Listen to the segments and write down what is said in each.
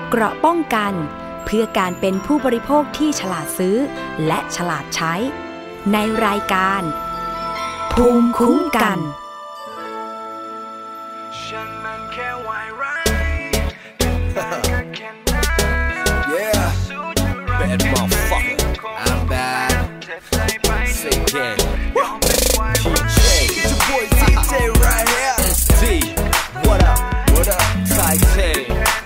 เกราะป้องกันเพื่อการเป็นผู้บริโภคที่ฉลาดซื้อและฉลาดใช้ในรายการภูมิคุ้มกัน Yeah, bad motherfucker. I'm bad. Say again. TJ, it's your boy TJ right here. ST, what up? What up? Titan.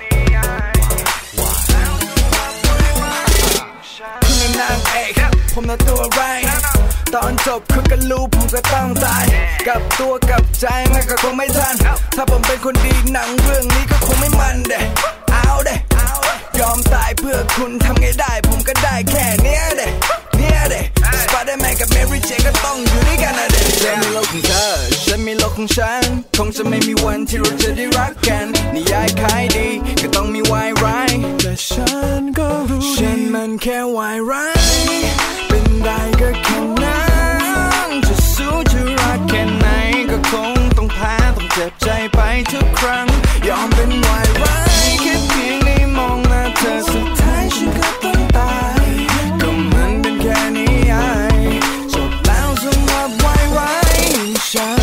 คุณนางเอกผมน่ะตัวไรตอนจบคือกันรู้ผมจะต้องตายกับตัวกับใจมันก็คงไม่ทันถ้าผมเป็นคนดีหนังเรื่องนี้ก็คงไม่มันเด้เอาเด้ยอมตายเพื่อคุณทำไงได้ผมก็ได้แค่เนี้ยเด้สไปเดอร์แมนกับแมรี่เจนก็ต้องอยู่ด้วยกันนะเด้ฉันมีโลกของเธอฉันมีโลกของฉันคงจะไม่มีวันที่เราจะได้รักกันนิยายขายดีก็ต้องมีวายร้ายแต่ฉันก็รู้ฉันมันแค่วายร้ายเป็นได้ก็แค่นั้นจะสู้จะรักแค่ไหนก็คงต้องแพ้ต้องเจ็บใจไปทุกครั้งยอมเป็นวายร้ายแค่เพียงได้มองหน้าเธอสุดท้ายฉันก็ต้องตายก็มันเป็นแค่นิยายจบแล้วสำหรับวายร้ายฉัน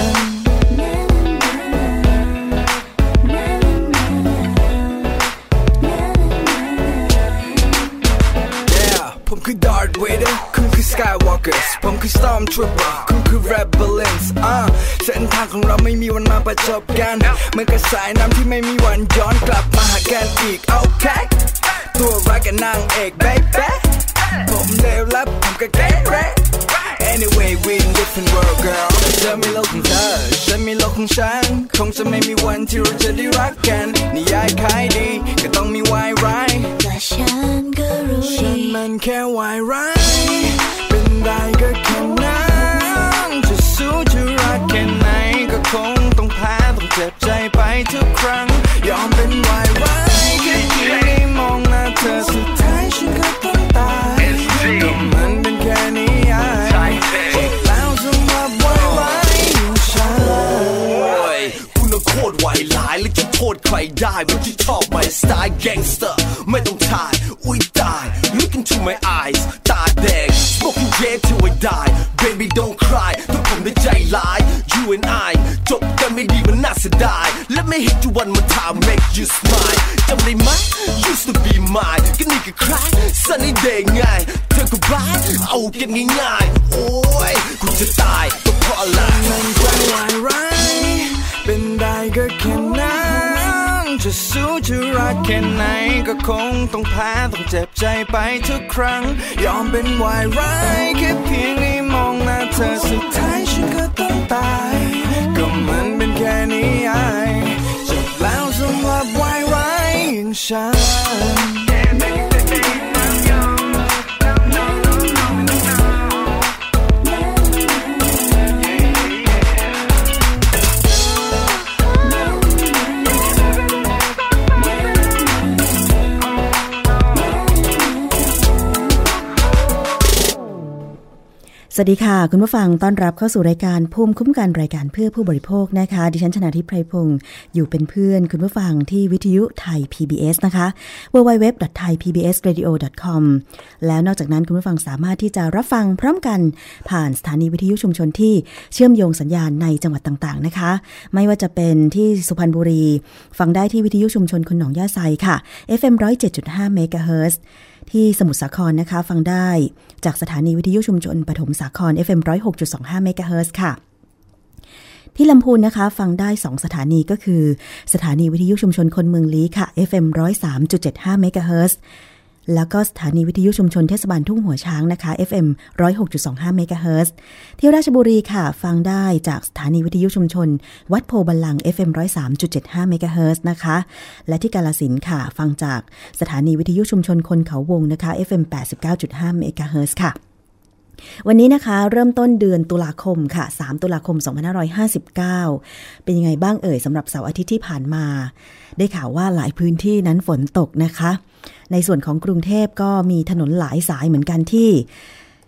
ผมคือ Darth Vader คุณคือ Skywalkers ผมคือ Stormtrooper คุณคือ Rebellions เส้นทางของเราไม่มีวันมาประจบกันเหมือนกับสายน้ำที่ไม่มีวันย้อนกลับมาหากันอีก โอเคตัวรักกับนางเอก baby ผมเลวและผมก็เก๋เร่ Anyway we in different world girl เธอมีโลกของเธอฉันมีโลกของฉันคงจะไม่มีวันที่เราจะได้รักกันนิยายขายดีก็ต้องมีวายร้ายแต่ฉันก็รู้ฉันมันแค่วายร้ายเป็นได้ก็แค่นั้นจะสู้จะรักแค่ไหนก็คงต้องแพ้ต้องเจ็บใจไปทุกครั้งยอมเป็นวายร้ายแค่เพียงได้มองหน้าเธอสุดท้ายฉันก็ต้องตายก็มันเป็นแค่นิยายแล้วสำหรับวายร้ายของฉันคุณน่ะโคตรไวหลายและจะโทษใครได้ไม่ที่ชอบ my style gangster ไม่ต้องถ่ายอุ้ยตาย look into my eyes ตาแดง smoking jet till I die baby don't cry ถ้าผมได้ใจร้าย you and I จบกันไม่ดีมันน่าเสียดาย let me hit you one more time make you smile จำได้ไหม used to be mine ก็นี่ก็คล้าย sunny day ไงเธอก็บ้าเอากันง่ายๆโอ้ยกูจะตายก็เพราะอะไรมันแค่วายร้ายเป็นได้ก็แค่นั้นจะสู้จะรักแค่ไหนก็คงต้องแพ้ต้องเจ็บใจไปทุกครั้งยอมเป็นวายร้ายแค่เพียงได้มองหน้าเธอสุดท้ายฉันก็ต้องตายก็มันเป็นแค่นิยายจบแล้วสำหรับวายร้ายอย่างฉันสวัสดีค่ะคุณผู้ฟังต้อนรับเข้าสู่รายการภูมิคุ้มกันรายการเพื่อผู้บริโภคนะคะดิฉันชนาธิป ไพรพงศ์อยู่เป็นเพื่อนคุณผู้ฟังที่วิทยุไทย PBS นะคะ www.thaipbsradio.com แล้วนอกจากนั้นคุณผู้ฟังสามารถที่จะรับฟังพร้อมกันผ่านสถานีวิทยุชุมชนที่เชื่อมโยงสัญญาณในจังหวัดต่างๆนะคะไม่ว่าจะเป็นที่สุพรรณบุรีฟังได้ที่วิทยุชุมชนคนหนองย่าไซค่ะ FM 107.5 เมกะเฮิรตซ์ที่สมุทรสาครนะคะฟังได้จากสถานีวิทยุชุมชนปฐมสาคร FM 106.25 เมกะเฮิรตซ์ค่ะที่ลำพูนนะคะฟังได้2สถานีก็คือสถานีวิทยุชุมชนคนเมืองลี้ค่ะ FM 103.75 เมกะเฮิรตซ์แล้วก็สถานีวิทยุชุมชนเทศบาลทุ่งหัวช้างนะคะ FM 106.25 เมกะเฮิรตซ์ที่ราชบุรีค่ะฟังได้จากสถานีวิทยุชุมชนวัดโพบัลลังก์ FM 103.75 เมกะเฮิรตซ์นะคะและที่กาฬสินธุ์ค่ะฟังจากสถานีวิทยุชุมชนคนเขาวงนะคะ FM 89.5 เมกะเฮิรตซ์ค่ะวันนี้นะคะเริ่มต้นเดือนตุลาคมค่ะ3ตุลาคม2559เป็นยังไงบ้างเอ่ยสำหรับเสาร์อาทิตย์ที่ผ่านมาได้ข่าวว่าหลายพื้นที่นั้นฝนตกนะคะในส่วนของกรุงเทพก็มีถนนหลายสายเหมือนกันที่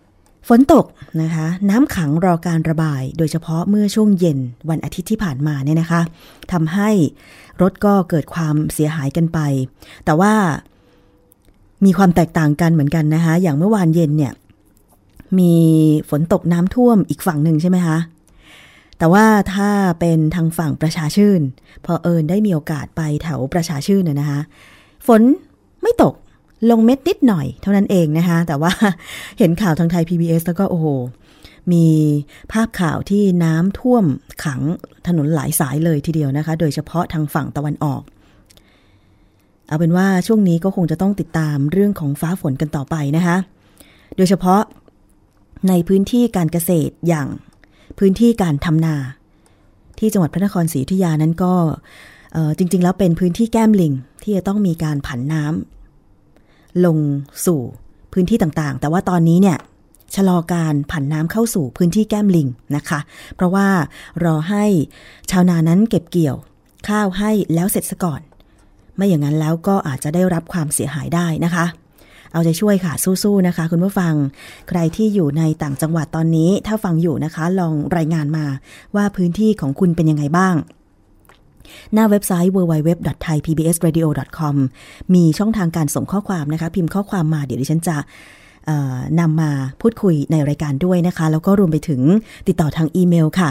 ฝนตกนะคะน้ำขังรอการระบายโดยเฉพาะเมื่อช่วงเย็นวันอาทิตย์ที่ผ่านมาเนี่ยนะคะทำให้รถก็เกิดความเสียหายกันไปแต่ว่ามีความแตกต่างกันเหมือนกันนะคะอย่างเมื่อวานเย็นเนี่ยมีฝนตกน้ำท่วมอีกฝั่งหนึ่งใช่ไหมคะแต่ว่าถ้าเป็นทางฝั่งประชาชื่นพอได้มีโอกาสไปแถวประชาชื่นนะคะฝนไม่ตกลงเม็ดนิดหน่อยเท่านั้นเองนะคะแต่ว่าเห็นข่าวทางไทย PBS แล้วก็โอ้โหมีภาพข่าวที่น้ำท่วมขังถนนหลายสายเลยทีเดียวนะคะโดยเฉพาะทางฝั่งตะวันออกเอาเป็นว่าช่วงนี้ก็คงจะต้องติดตามเรื่องของฟ้าฝนกันต่อไปนะคะโดยเฉพาะในพื้นที่การเกษตรอย่างพื้นที่การทำนาที่จังหวัดพระนครศรีอยุธยานั้นก็จริงๆแล้วเป็นพื้นที่แก้มลิงที่จะต้องมีการผันน้ำลงสู่พื้นที่ต่างๆแต่ว่าตอนนี้เนี่ยชะลอการผันน้ำเข้าสู่พื้นที่แก้มลิงนะคะเพราะว่ารอให้ชาวนานั้นเก็บเกี่ยวข้าวให้แล้วเสร็จซะก่อนไม่อย่างนั้นแล้วก็อาจจะได้รับความเสียหายได้นะคะเอาใจช่วยค่ะสู้ๆนะคะคุณผู้ฟังใครที่อยู่ในต่างจังหวัดตอนนี้ถ้าฟังอยู่นะคะลองรายงานมาว่าพื้นที่ของคุณเป็นยังไงบ้างหน้าเว็บไซต์ www.thaipbsradio.com มีช่องทางการส่งข้อความนะคะพิมพ์ข้อความมาเดี๋ยวดิฉันจะนำมาพูดคุยในรายการด้วยนะคะแล้วก็รวมไปถึงติดต่อทางอีเมลค่ะ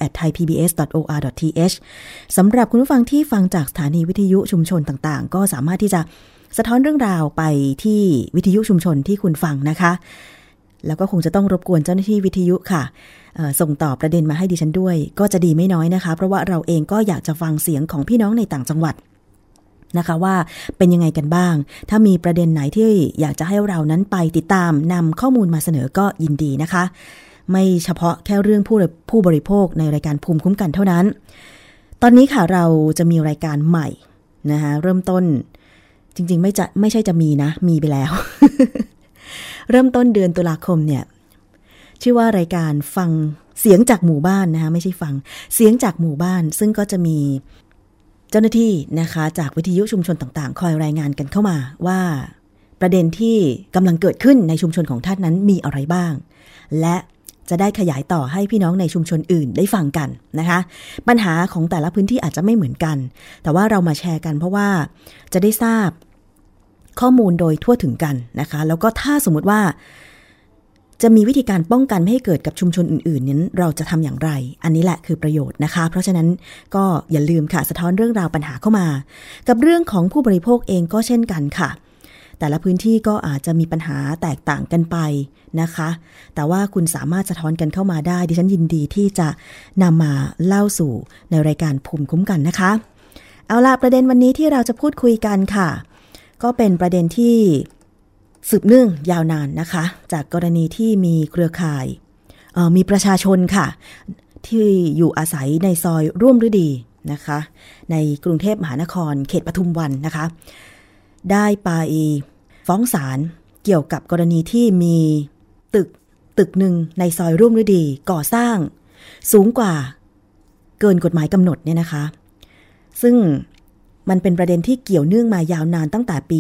radio@thaipbs.or.th สำหรับคุณผู้ฟังที่ฟังจากสถานีวิทยุชุมชนต่างๆก็สามารถที่จะสะท้อนเรื่องราวไปที่วิทยุชุมชนที่คุณฟังนะคะแล้วก็คงจะต้องรบกวนเจ้าหน้าที่วิทยุค่ะส่งต่อประเด็นมาให้ดิฉันด้วยก็จะดีไม่น้อยนะคะเพราะว่าเราเองก็อยากจะฟังเสียงของพี่น้องในต่างจังหวัดนะคะว่าเป็นยังไงกันบ้างถ้ามีประเด็นไหนที่อยากจะให้เรานั้นไปติดตามนำข้อมูลมาเสนอก็ยินดีนะคะไม่เฉพาะแค่เรื่องผู้บริโภคในรายการภูมิคุ้มกันเท่านั้นตอนนี้ค่ะเราจะมีรายการใหม่นะคะเริ่มต้นจริงๆไม่ใช่จะมีนะมีไปแล้ว เริ่มต้นเดือนตุลาคมเนี่ยชื่อว่ารายการฟังเสียงจากหมู่บ้านนะคะไม่ใช่ฟังเสียงจากหมู่บ้านซึ่งก็จะมีเจ้าหน้าที่นะคะจากวิทยุชุมชนต่างๆคอยรายงานกันเข้ามาว่าประเด็นที่กำลังเกิดขึ้นในชุมชนของท่านนั้นมีอะไรบ้างและจะได้ขยายต่อให้พี่น้องในชุมชนอื่นได้ฟังกันนะคะปัญหาของแต่ละพื้นที่อาจจะไม่เหมือนกันแต่ว่าเรามาแชร์กันเพราะว่าจะได้ทราบข้อมูลโดยทั่วถึงกันนะคะแล้วก็ถ้าสมมุติว่าจะมีวิธีการป้องกันไม่ให้เกิดกับชุมชนอื่นๆนั้นเราจะทำอย่างไรอันนี้แหละคือประโยชน์นะคะเพราะฉะนั้นก็อย่าลืมค่ะสะท้อนเรื่องราวปัญหาเข้ามากับเรื่องของผู้บริโภคเองก็เช่นกันค่ะแต่ละพื้นที่ก็อาจจะมีปัญหาแตกต่างกันไปนะคะแต่ว่าคุณสามารถสะท้อนกันเข้ามาได้ดิฉันยินดีที่จะนำมาเล่าสู่ในรายการภูมิคุ้มกันนะคะเอาล่ะประเด็นวันนี้ที่เราจะพูดคุยกันค่ะก็เป็นประเด็นที่สืบเนื่องยาวนานนะคะจากกรณีที่มีเครือข่ายมีประชาชนค่ะที่อยู่อาศัยในซอยร่วมฤดีนะคะในกรุงเทพมหานครเขตปทุมวันนะคะได้ไปฟ้องศาลเกี่ยวกับกรณีที่มีตึกหนึ่งในซอยร่วมฤดีก่อสร้างสูงกว่าเกินกฎหมายกำหนดเนี่ยนะคะซึ่งมันเป็นประเด็นที่เกี่ยวเนื่องมายาวนานตั้งแต่ปี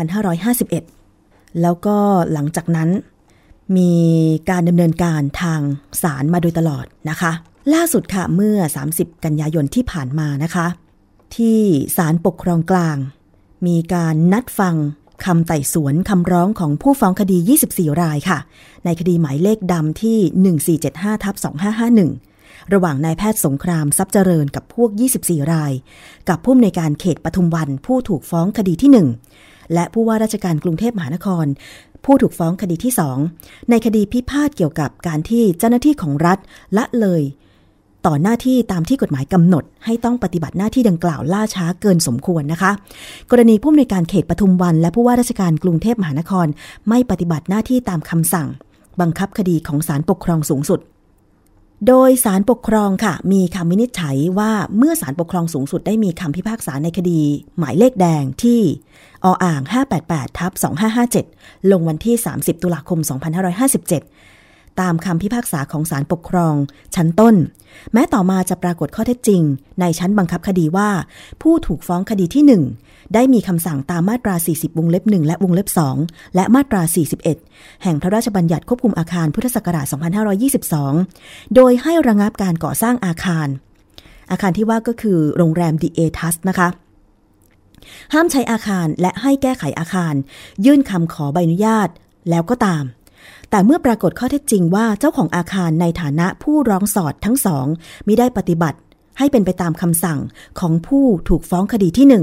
2551 แล้วก็หลังจากนั้นมีการดำเนินการทางศาลมาโดยตลอดนะคะล่าสุดค่ะเมื่อ30กันยายนที่ผ่านมานะคะที่ศาลปกครองกลางมีการนัดฟังคำไต่สวนคำร้องของผู้ฟ้องคดี24รายค่ะในคดีหมายเลขดำที่ 1475/2551ระหว่างนายแพทย์สงครามทรัพย์เจริญกับพวก24รายกับผู้อำนวยการเขตปทุมวันผู้ถูกฟ้องคดีที่1และผู้ว่าราชการกรุงเทพมหานครผู้ถูกฟ้องคดีที่2ในคดีพิพาทเกี่ยวกับการที่เจ้าหน้าที่ของรัฐละเลยต่อหน้าที่ตามที่กฎหมายกำหนดให้ต้องปฏิบัติหน้าที่ดังกล่าวล่าช้าเกินสมควรนะคะกรณีผู้อำนวยการเขตปทุมวันและผู้ว่าราชการกรุงเทพมหานครไม่ปฏิบัติหน้าที่ตามคำสั่งบังคับคดีของศาลปกครองสูงสุดโดยศาลปกครองค่ะมีคำวินิจฉัยว่าเมื่อศาลปกครองสูงสุดได้มีคำพิพากษาในคดีหมายเลขแดงที่อ.588/2557ลงวันที่30ตุลาคม2557 ตามคำพิพากษาของศาลปกครองชั้นต้นแม้ต่อมาจะปรากฏข้อเท็จจริงในชั้นบังคับคดีว่าผู้ถูกฟ้องคดีที่1ได้มีคำสั่งตามมาตรา40วงเล็บ1และวงเล็บ2และมาตรา41แห่งพระราชบัญญัติควบคุมอาคารพุทธศักราช2522โดยให้ระงับการก่อสร้างอาคารที่ว่าก็คือโรงแรม The Aetas นะคะห้ามใช้อาคารและให้แก้ไขอาคารยื่นคำขอใบอนุญาตแล้วก็ตามแต่เมื่อปรากฏข้อเท็จจริงว่าเจ้าของอาคารในฐานะผู้ร้องสอดทั้งสองมิได้ปฏิบัติให้เป็นไปตามคำสั่งของผู้ถูกฟ้องคดีที่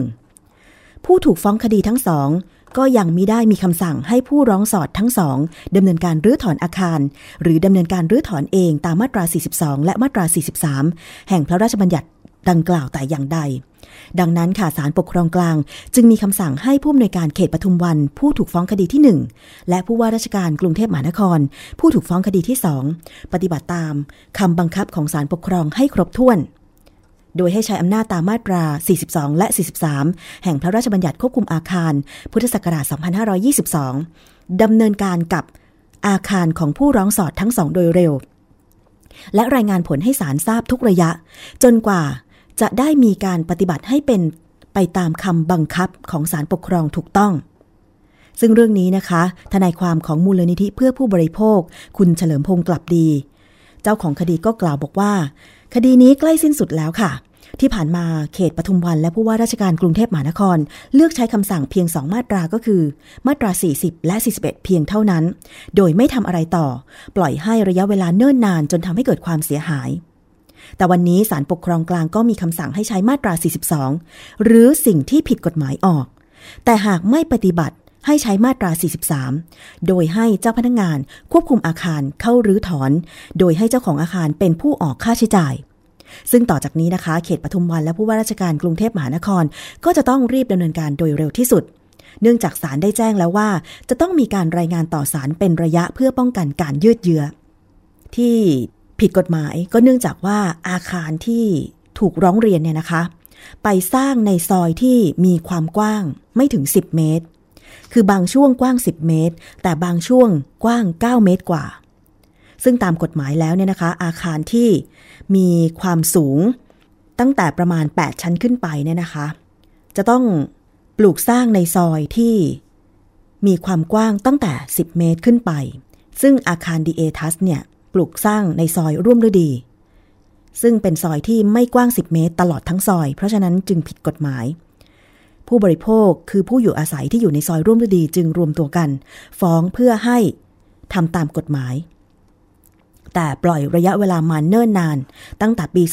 1ผู้ถูกฟ้องคดีทั้งสองก็ยังมิได้มีคำสั่งให้ผู้ร้องสอดทั้งสองดำเนินการรื้อถอนอาคารหรือดำเนินการรื้อถอนเองตามมาตรา42และมาตรา43แห่งพระราชบัญญัติดังกล่าวแต่อย่างใดดังนั้นค่ะศาลปกครองกลางจึงมีคำสั่งให้ผู้อำนวยการเขตปทุมวันผู้ถูกฟ้องคดีที่1และผู้ว่าราชการกรุงเทพมหานครผู้ถูกฟ้องคดีที่2ปฏิบัติตามคำบังคับของศาลปกครองให้ครบถ้วนโดยให้ใช้อำนาจตามมาตรา42และ43แห่งพระราชบัญญัติควบคุมอาคารพุทธศักราช2522ดำเนินการกับอาคารของผู้ร้องสอดทั้ง2โดยเร็วและรายงานผลให้ศาลทราบทุกระยะจนกว่าจะได้มีการปฏิบัติให้เป็นไปตามคำบังคับของศาลปกครองถูกต้องซึ่งเรื่องนี้นะคะทนายความของมูลนิธิเพื่อผู้บริโภคคุณเฉลิมพงษ์กลับดีเจ้าของคดีก็กล่าวบอกว่าคดีนี้ใกล้สิ้นสุดแล้วค่ะที่ผ่านมาเขตปทุมวันและผู้ว่าราชการกรุงเทพมหานครเลือกใช้คำสั่งเพียง2มาตราก็คือมาตรา40และ41เพียงเท่านั้นโดยไม่ทำอะไรต่อปล่อยให้ระยะเวลาเนิ่นนานจนทำให้เกิดความเสียหายแต่วันนี้ศาลปกครองกลางก็มีคำสั่งให้ใช้มาตรา42หรือสิ่งที่ผิดกฎหมายออกแต่หากไม่ปฏิบัติให้ใช้มาตรา43โดยให้เจ้าพนักงานควบคุมอาคารเข้ารื้อถอนโดยให้เจ้าของอาคารเป็นผู้ออกค่าใช้จ่ายซึ่งต่อจากนี้นะคะเขตปทุมวันและผู้ว่าราชการกรุงเทพมหานครก็จะต้องรีบดำเนินการโดยเร็วที่สุดเนื่องจากศาลได้แจ้งแล้วว่าจะต้องมีการรายงานต่อศาลเป็นระยะเพื่อป้องกันการยืดเยื้อที่ผิดกฎหมายก็เนื่องจากว่าอาคารที่ถูกร้องเรียนเนี่ยนะคะไปสร้างในซอยที่มีความกว้างไม่ถึง10เมตรคือบางช่วงกว้าง10เมตรแต่บางช่วงกว้าง9เมตรกว่าซึ่งตามกฎหมายแล้วเนี่ยนะคะอาคารที่มีความสูงตั้งแต่ประมาณ8ชั้นขึ้นไปเนี่ยนะคะจะต้องปลูกสร้างในซอยที่มีความกว้างตั้งแต่10เมตรขึ้นไปซึ่งอาคาร The Aetas เนี่ยปลูกสร้างในซอยร่วมฤดีซึ่งเป็นซอยที่ไม่กว้าง10เมตรตลอดทั้งซอยเพราะฉะนั้นจึงผิดกฎหมายผู้บริโภคคือผู้อยู่อาศัยที่อยู่ในซอยร่วมฤดีจึงรวมตัวกันฟ้องเพื่อให้ทำตามกฎหมายแต่ปล่อยระยะเวลามาเนิ่นนานตั้งแต่ปี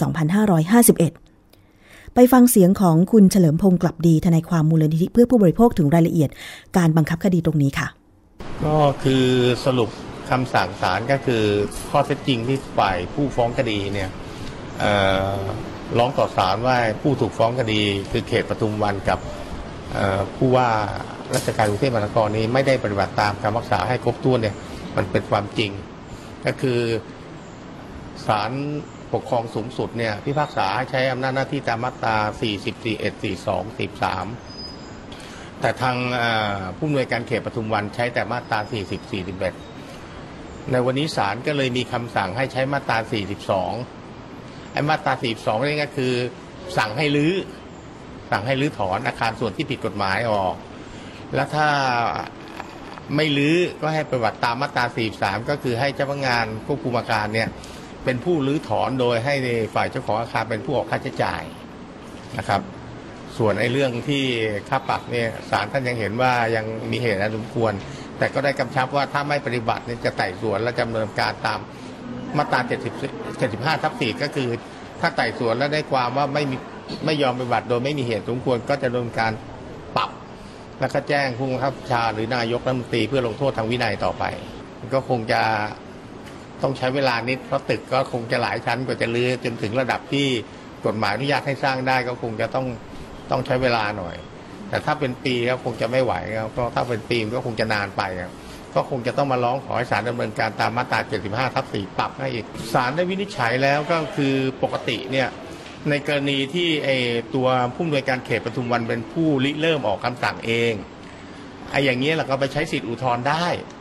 2551ไปฟังเสียงของคุณเฉลิมพงษ์กลับดีทนายความมูลนิธิเพื่อผู้บริโภคถึงรายละเอียดการบังคับคดีตรงนี้ค่ะก็คือสรุปคำสั่งศาลก็คือข้อเท็จจริงที่ฝ่ายผู้ฟ้องคดีเนี่ยร้องต่อศาลว่าผู้ถูกฟ้องคดีคือเขตปทุมวันกับผู้ว่าราชการกรุงเทพมหานครนี้ไม่ได้ปฏิบัติตามคำพิพากษาให้ครบถ้วนเนี่ยมันเป็นความจริงก็คือศาลปกครองสูงสุดเนี่ยพิพากษาให้ใช้อำนาจหน้าที่ตามมาตรา40 41 42 43แต่ทางผู้อำนวยการเขตปทุมวันใช้แต่มาตรา40 41ในวันนี้ศาลก็เลยมีคำสั่งให้ใช้มาตรา42ไอ้มาตรา42นี่ก็คือสั่งให้รื้อถอนอาคารส่วนที่ผิดกฎหมายออกแล้วถ้าไม่รื้อก็ให้ปฏิบัติตามมาตรา43ก็คือให้เจ้าพนักงานควบคุมอาคารเนี่ยเป็นผู้รื้อถอนโดยให้ฝ่ายเจ้าของอาคารเป็นผู้ออกค่าใช้จ่ายนะครับส่วนไอ้เรื่องที่ค่าปรับเนี่ยศาลท่านยังเห็นว่ายังมีเหตุอันสมควรแต่ก็ได้กำชับว่าถ้าไม่ปฏิบัติเนี่ยจะไต่สวนและดำเนินการตามมาตรา75/4ก็คือถ้าไต่สวนแล้วได้ความว่าไม่ยอมปฏิบัติโดยไม่มีเหตุสมควรก็จะดำเนินการปรับแล้วก็แจ้งผู้บังคับบัญชาหรือนายกรัฐมนตรีเพื่อลงโทษทางวินัยต่อไปก็คงจะต้องใช้เวลานิดเพราะตึกก็คงจะหลายชั้นกว่าจะรื้อจนถึงระดับที่กฎหมายอนุญาตให้สร้างได้ก็คงจะต้องใช้เวลาหน่อยแต่ถ้าเป็นปีก็คงจะไม่ไหวครับเพราะถ้าเป็นปีก็คงจะนานไปครับก็คงจะต้องมาร้องขอให้ศาลดำเนินการตามมาตรา75/4ปรับให้อีกศาลได้วินิจฉัยแล้วก็คือปกติเนี่ยในกรณีที่ตัวผู้อำนวยการเขตปทุมวันเป็นผู้ริเริ่มออกคำสั่งเองอย่างนี้เราก็ไปใช้สิทธิอุทธรณ์ได้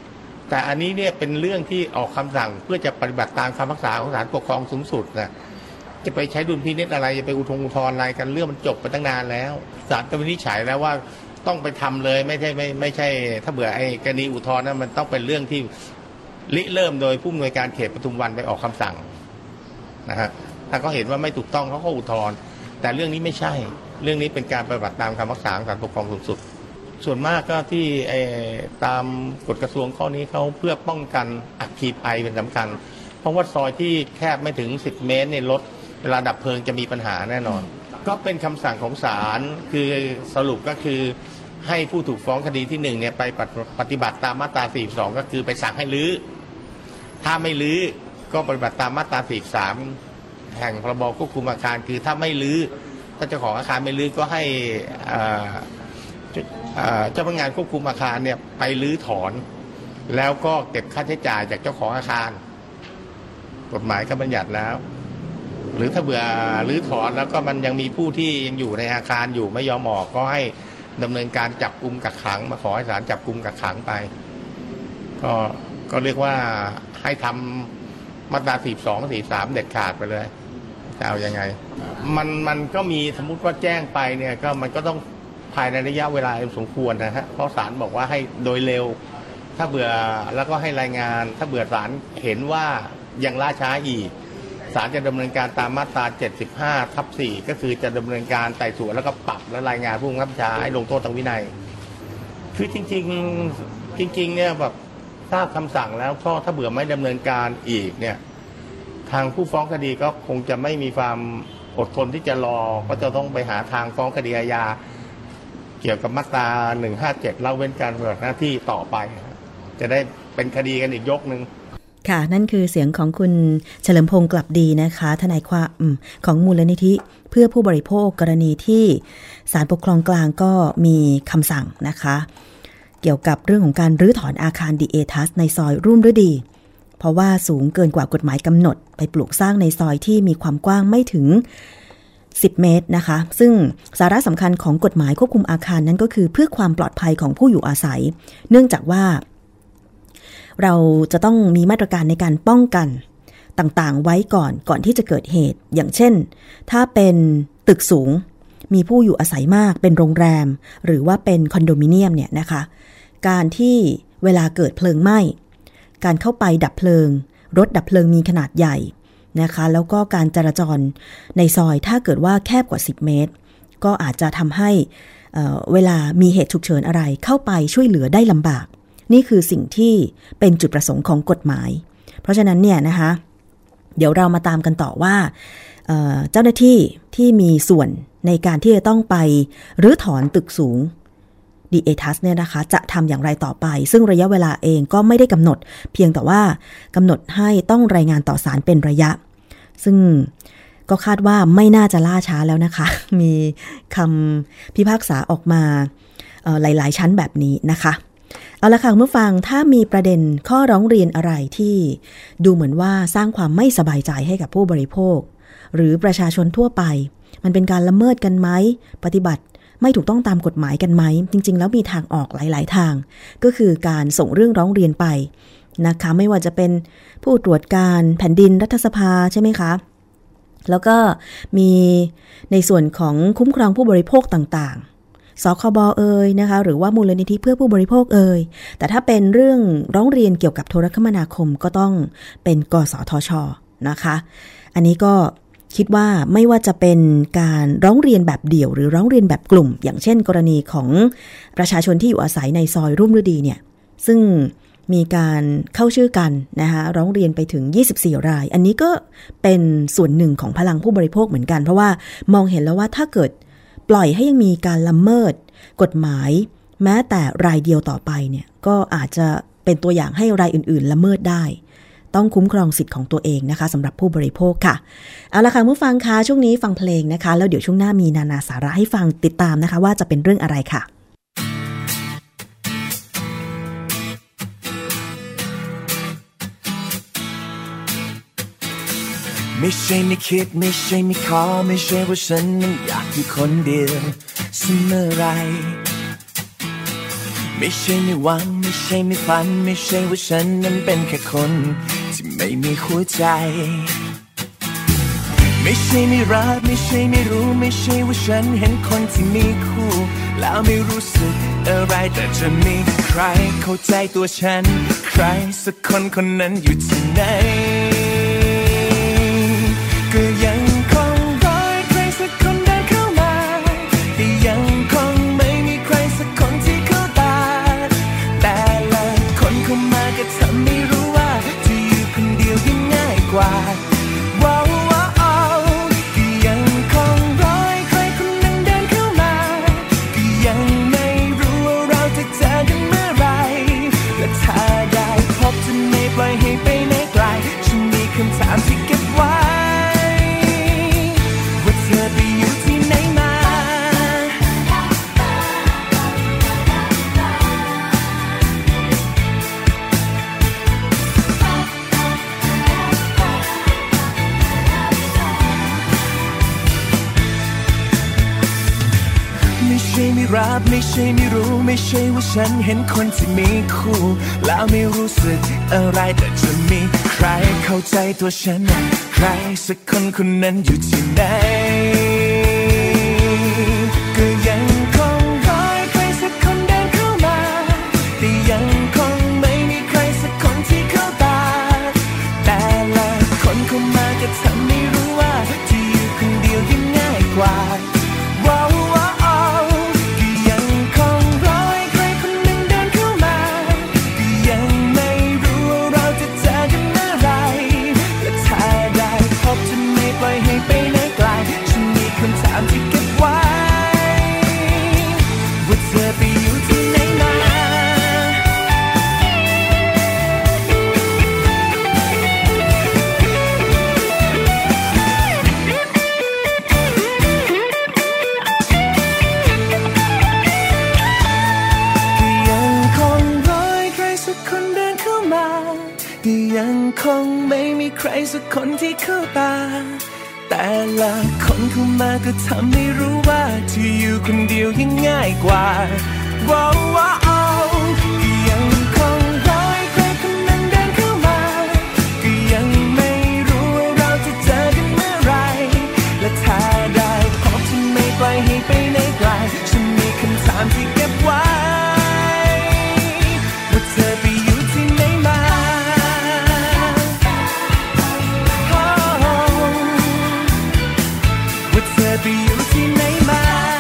แต่อันนี้เนี่ยเป็นเรื่องที่ออกคำสั่งเพื่อจะปฏิบัติตามคำพิพากษาของศาลปกครองสูงสุดนะจะไปใช้ดุลพินิจอะไรจะไปอุทธรณ์อะไรกันเรื่องมันจบไปตั้งนานแล้วศาลก็วินิจฉัยแล้วว่าต้องไปทำเลยไม่ใช่ถ้าเบื่อไอ้กรณีอุทธรณ์นั้นมันต้องเป็นเรื่องที่ริเริ่มโดยผู้อำนวยการเขตปทุมวันไปออกคำสั่งนะฮะถ้าเขาเห็นว่าไม่ถูกต้องเขาก็อุทธรณ์แต่เรื่องนี้ไม่ใช่เรื่องนี้เป็นการปฏิบัติตามคำพิพากษาของศาลปกครองสูงสุดส่วนมากก็ที่ตามกฎกระทรวงข้อนี้เขาเพื่อป้องกันอัคคีภัยเป็นสำคัญเพราะว่าซอยที่แคบไม่ถึง10 เมตรเนี่ยรถเวลาดับเพลิงจะมีปัญหาแน่นอนก็เป็นคำสั่งของศาลคือสรุปก็คือให้ผู้ถูกฟ้องคดีที่1เนี่ยไปปฏิบัติตามมาตรา42ก็คือไปสั่งให้รื้อถ้าไม่รื้อก็ปฏิบัติตามมาตรา43แห่งพรบควบคุมอาคารคือถ้าไม่รื้อถ้าเจ้าของอาคารไม่รื้อก็ให้เจ้าพนักงานควบคุมอาคารเนี่ยไปรื้อถอนแล้วก็เก็บค่าใช้จ่ายจากเจ้าของอาคารกฎหมายก็บัญญัติแล้วหรือถ้าเบื่อรื้อถอนแล้วก็มันยังมีผู้ที่ยังอยู่ในอาคารอยู่ไม่ยอมออกก็ให้ดำเนินการจับกุมกักขังมาขอให้ศาลจับกุมกักขังไปก็เรียกว่าให้ทำมาตรา42 43เด็ดขาดไปเลยจะเอายังไงมันก็มีสมมุติว่าแจ้งไปเนี่ยก็มันก็ต้องภายในระยะเวลาสมควรนะฮะเพราะศาลบอกว่าให้โดยเร็วถ้าเบื่อแล้วก็ให้รายงานถ้าเบื่อศาลเห็นว่ายังล่าช้าอีกศาลจะดำเนินการตามมาตรา75/4ก็คือจะดำเนินการไต่สวนแล้วก็ปรับและรายงานผู้บังคับบัญชาให้ลงโทษทางวินัยคือจริงเนี่ยแบบทราบคำสั่งแล้วก็ถ้าเบื่อไม่ดำเนินการอีกเนี่ยทางผู้ฟ้องคดีก็คงจะไม่มีความอดทนที่จะรอก็จะต้องไปหาทางฟ้องคดีอาญาเกี่ยวกับมาตรา157ละเว้นการปฏิบัติหน้าที่ต่อไปจะได้เป็นคดีกันอีกยกนึงค่ะนั่นคือเสียงของคุณเฉลิมพงษ์กลับดีนะคะทนายความของมูลนิธิเพื่อผู้บริโภคกรณีที่ศาลปกครองกลางก็มีคำสั่งนะคะเกี่ยวกับเรื่องของการรื้อถอนอาคารดีเอทัสในซอยรุ่มฤดีเพราะว่าสูงเกินกว่ากฎหมายกำหนดไปปลูกสร้างในซอยที่มีความกว้างไม่ถึง10 เมตรนะคะซึ่งสาระสำคัญของกฎหมายควบคุมอาคารนั้นก็คือเพื่อความปลอดภัยของผู้อยู่อาศัยเนื่องจากว่าเราจะต้องมีมาตรการในการป้องกันต่างๆไว้ก่อนที่จะเกิดเหตุอย่างเช่นถ้าเป็นตึกสูงมีผู้อยู่อาศัยมากเป็นโรงแรมหรือว่าเป็นคอนโดมิเนียมเนี่ยนะคะการที่เวลาเกิดเพลิงไหม้การเข้าไปดับเพลิงรถดับเพลิงมีขนาดใหญ่นะคะแล้วก็การจราจรในซอยถ้าเกิดว่าแคบกว่า10 เมตรก็อาจจะทำให้เวลามีเหตุฉุกเฉินอะไรเข้าไปช่วยเหลือได้ลำบากนี่คือสิ่งที่เป็นจุดประสงค์ของกฎหมายเพราะฉะนั้นเนี่ยนะคะเดี๋ยวเรามาตามกันต่อว่าเจ้าหน้าที่ที่มีส่วนในการที่จะต้องไปรื้อถอนตึกสูงดีเอทัสเนี่ยนะคะจะทำอย่างไรต่อไปซึ่งระยะเวลาเองก็ไม่ได้กำหนดเพียงแต่ว่ากำหนดให้ต้องรายงานต่อศาลเป็นระยะซึ่งก็คาดว่าไม่น่าจะล่าช้าแล้วนะคะมีคำพิพากษาออกมาหลายๆชั้นแบบนี้นะคะเอาละค่ะเมื่อฟังถ้ามีประเด็นข้อร้องเรียนอะไรที่ดูเหมือนว่าสร้างความไม่สบายใจให้กับผู้บริโภคหรือประชาชนทั่วไปมันเป็นการละเมิดกันไหมปฏิบัติไม่ถูกต้องตามกฎหมายกันไหมจริงๆแล้วมีทางออกหลายๆทางก็คือการส่งเรื่องร้องเรียนไปนะคะไม่ว่าจะเป็นผู้ตรวจการแผ่นดินรัฐสภาใช่ไหมคะแล้วก็มีในส่วนของคุ้มครองผู้บริโภคต่างๆสคบนะคะหรือว่ามูลนิธิเพื่อผู้บริโภคแต่ถ้าเป็นเรื่องร้องเรียนเกี่ยวกับโทรคมนาคมก็ต้องเป็นกสทช.นะคะอันนี้ก็คิดว่าไม่ว่าจะเป็นการร้องเรียนแบบเดี่ยวหรือร้องเรียนแบบกลุ่มอย่างเช่นกรณีของประชาชนที่อยู่อาศัยในซอยรุ่มฤดีเนี่ยซึ่งมีการเข้าชื่อกันนะคะร้องเรียนไปถึง24 รายอันนี้ก็เป็นส่วนหนึ่งของพลังผู้บริโภคเหมือนกันเพราะว่ามองเห็นแล้วว่าถ้าเกิดปล่อยให้ยังมีการละเมิดกฎหมายแม้แต่รายเดียวต่อไปเนี่ยก็อาจจะเป็นตัวอย่างให้รายอื่นๆละเมิดได้ต้องคุ้มครองสิทธิ์ของตัวเองนะคะสำหรับผู้บริโภคค่ะเอาละค่ะเมื่อฟังค่ะช่วงนี้ฟังเพลงนะคะแล้วเดี๋ยวช่วงหน้ามีนานาสาระให้ฟังติดตามนะคะว่าจะเป็นเรื่องอะไรค่ะไม่ใช่ไม่คิดไม่ใช่ไม่ขอไม่ใช่ว่าฉันนั้นอยากอยู่คนเดียวเสมอไรไม่ใช่ไม่หวังไม่ใช่ไม่ฝันไม่ใช่ว่าฉันนั้นเป็นแค่คนที่ไม่มีหัวใจไม่ใช่ไม่รักไม่ใช่ไม่รู้ไม่ใช่ว่าฉันเห็นคนที่มีคู่แล้วไม่รู้สึกอะไรแต่จะมีใครเข้าใจตัวฉันใครสักคนคนนั้นอยู่ที่ไหนก็ยังคงรอใครสักคนเดินเข้ามาแต่ยังคงไม่มีใครสักคนที่เข้าตาแต่ละคนเข้ามาก็ทำให้รู้ว่าจะอยู่คนเดียวยิ่งง่ายกว่าปล่อยให้ไปไหนไกลฉันมีคำถามที่เก็บไว้ว่าเธอไปอยู่ที่ไหนมาไม่ใช่ไม่รับไม่ใช่ไม่รู้ไม่ใช่ว่าฉันเห็นคนที่มีคู่แล้วไม่รู้สึกอะไรแต่จะมีใครเข้าใจตัวฉันใครสักคนคนนั้นอยู่ที่ไหนก็ยังคงรอใครสักคนเดินเข้ามาแต่ยังคงไม่มีใครสักคนที่เข้าตาแต่ละคนเข้ามาก็ทำให้รู้ว่าจะอยู่คนเดียวยิ่งง่ายกว่าที่เก็บไว้ว่าเธอไปอยู่ที่ไหนมาก็ยังคงรอใครสักคนเดินเข้ามาก็ยังคงไม่มีใครสักคนที่เข้าตาแต่ละคนเข้ามาก็ทำให้รู้ว่าที่อยู่คนเดียวยิ่งง่ายกว่าว้าวว้าวก็ยังคงรอใครคนนั้นเดินเข้ามาก็ยังไม่รู้ว่าเราจะเจอกันเมื่อไรและถ้าได้พบจะไม่ปล่อยให้ไปไหนไกลฉันมีคำถามที่เก็บไว้ว่าเธอไปอยู่ที่ไหนมาเธอไปอยู่ที่ไหนมา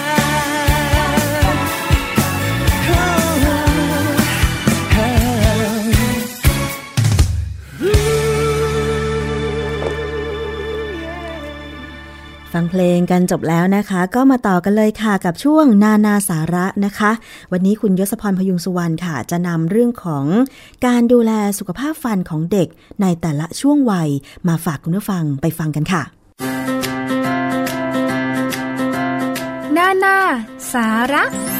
ฟังเพลงกันจบแล้วนะคะก็มาต่อกันเลยค่ะกับช่วงนานาสาระนะคะวันนี้คุณยศพรพยุงสุวรรณค่ะจะนำเรื่องของการดูแลสุขภาพฟันของเด็กในแต่ละช่วงวัยมาฝากคุณผู้ฟังไปฟังกันค่ะนานาสาระ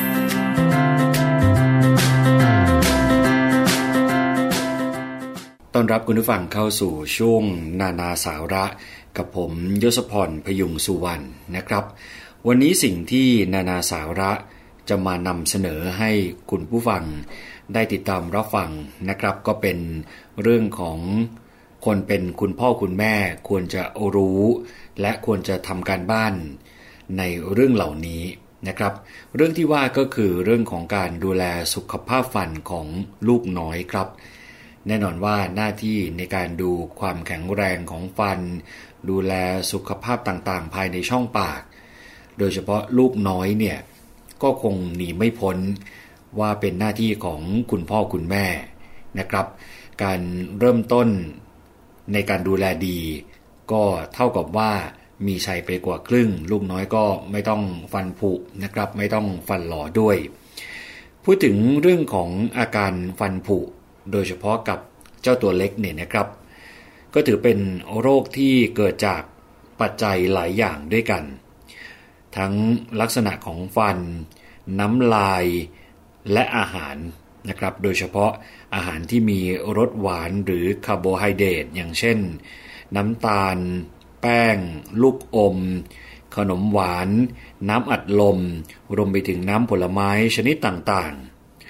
ต้อนรับคุณผู้ฟังเข้าสู่ช่วงนานาสาระกับผมยศพรพยุงสุวรรณนะครับวันนี้สิ่งที่นานาสาระจะมานำเสนอให้คุณผู้ฟังได้ติดตามรับฟังนะครับก็เป็นเรื่องของคนเป็นคุณพ่อคุณแม่ควรจะรู้และควรจะทำการบ้านในเรื่องเหล่านี้นะครับเรื่องที่ว่าก็คือเรื่องของการดูแลสุขภาพฟันของลูกน้อยครับแน่นอนว่าหน้าที่ในการดูความแข็งแรงของฟันดูแลสุขภาพต่างๆภายในช่องปากโดยเฉพาะลูกน้อยเนี่ยก็คงหนีไม่พ้นว่าเป็นหน้าที่ของคุณพ่อคุณแม่นะครับการเริ่มต้นในการดูแลดีก็เท่ากับว่ามีชัยไปกว่าครึ่งลูกน้อยก็ไม่ต้องฟันผุนะครับไม่ต้องฟันหล่อด้วยพูดถึงเรื่องของอาการฟันผุโดยเฉพาะกับเจ้าตัวเล็กเนี่ยนะครับก็ถือเป็นโรคที่เกิดจากปัจจัยหลายอย่างด้วยกันทั้งลักษณะของฟันน้ำลายและอาหารนะครับโดยเฉพาะอาหารที่มีรสหวานหรือคาร์โบไฮเดรตอย่างเช่นน้ำตาลแป้งลูกอมขนมหวานน้ำอัดลมรวมไปถึงน้ำผลไม้ชนิดต่างๆ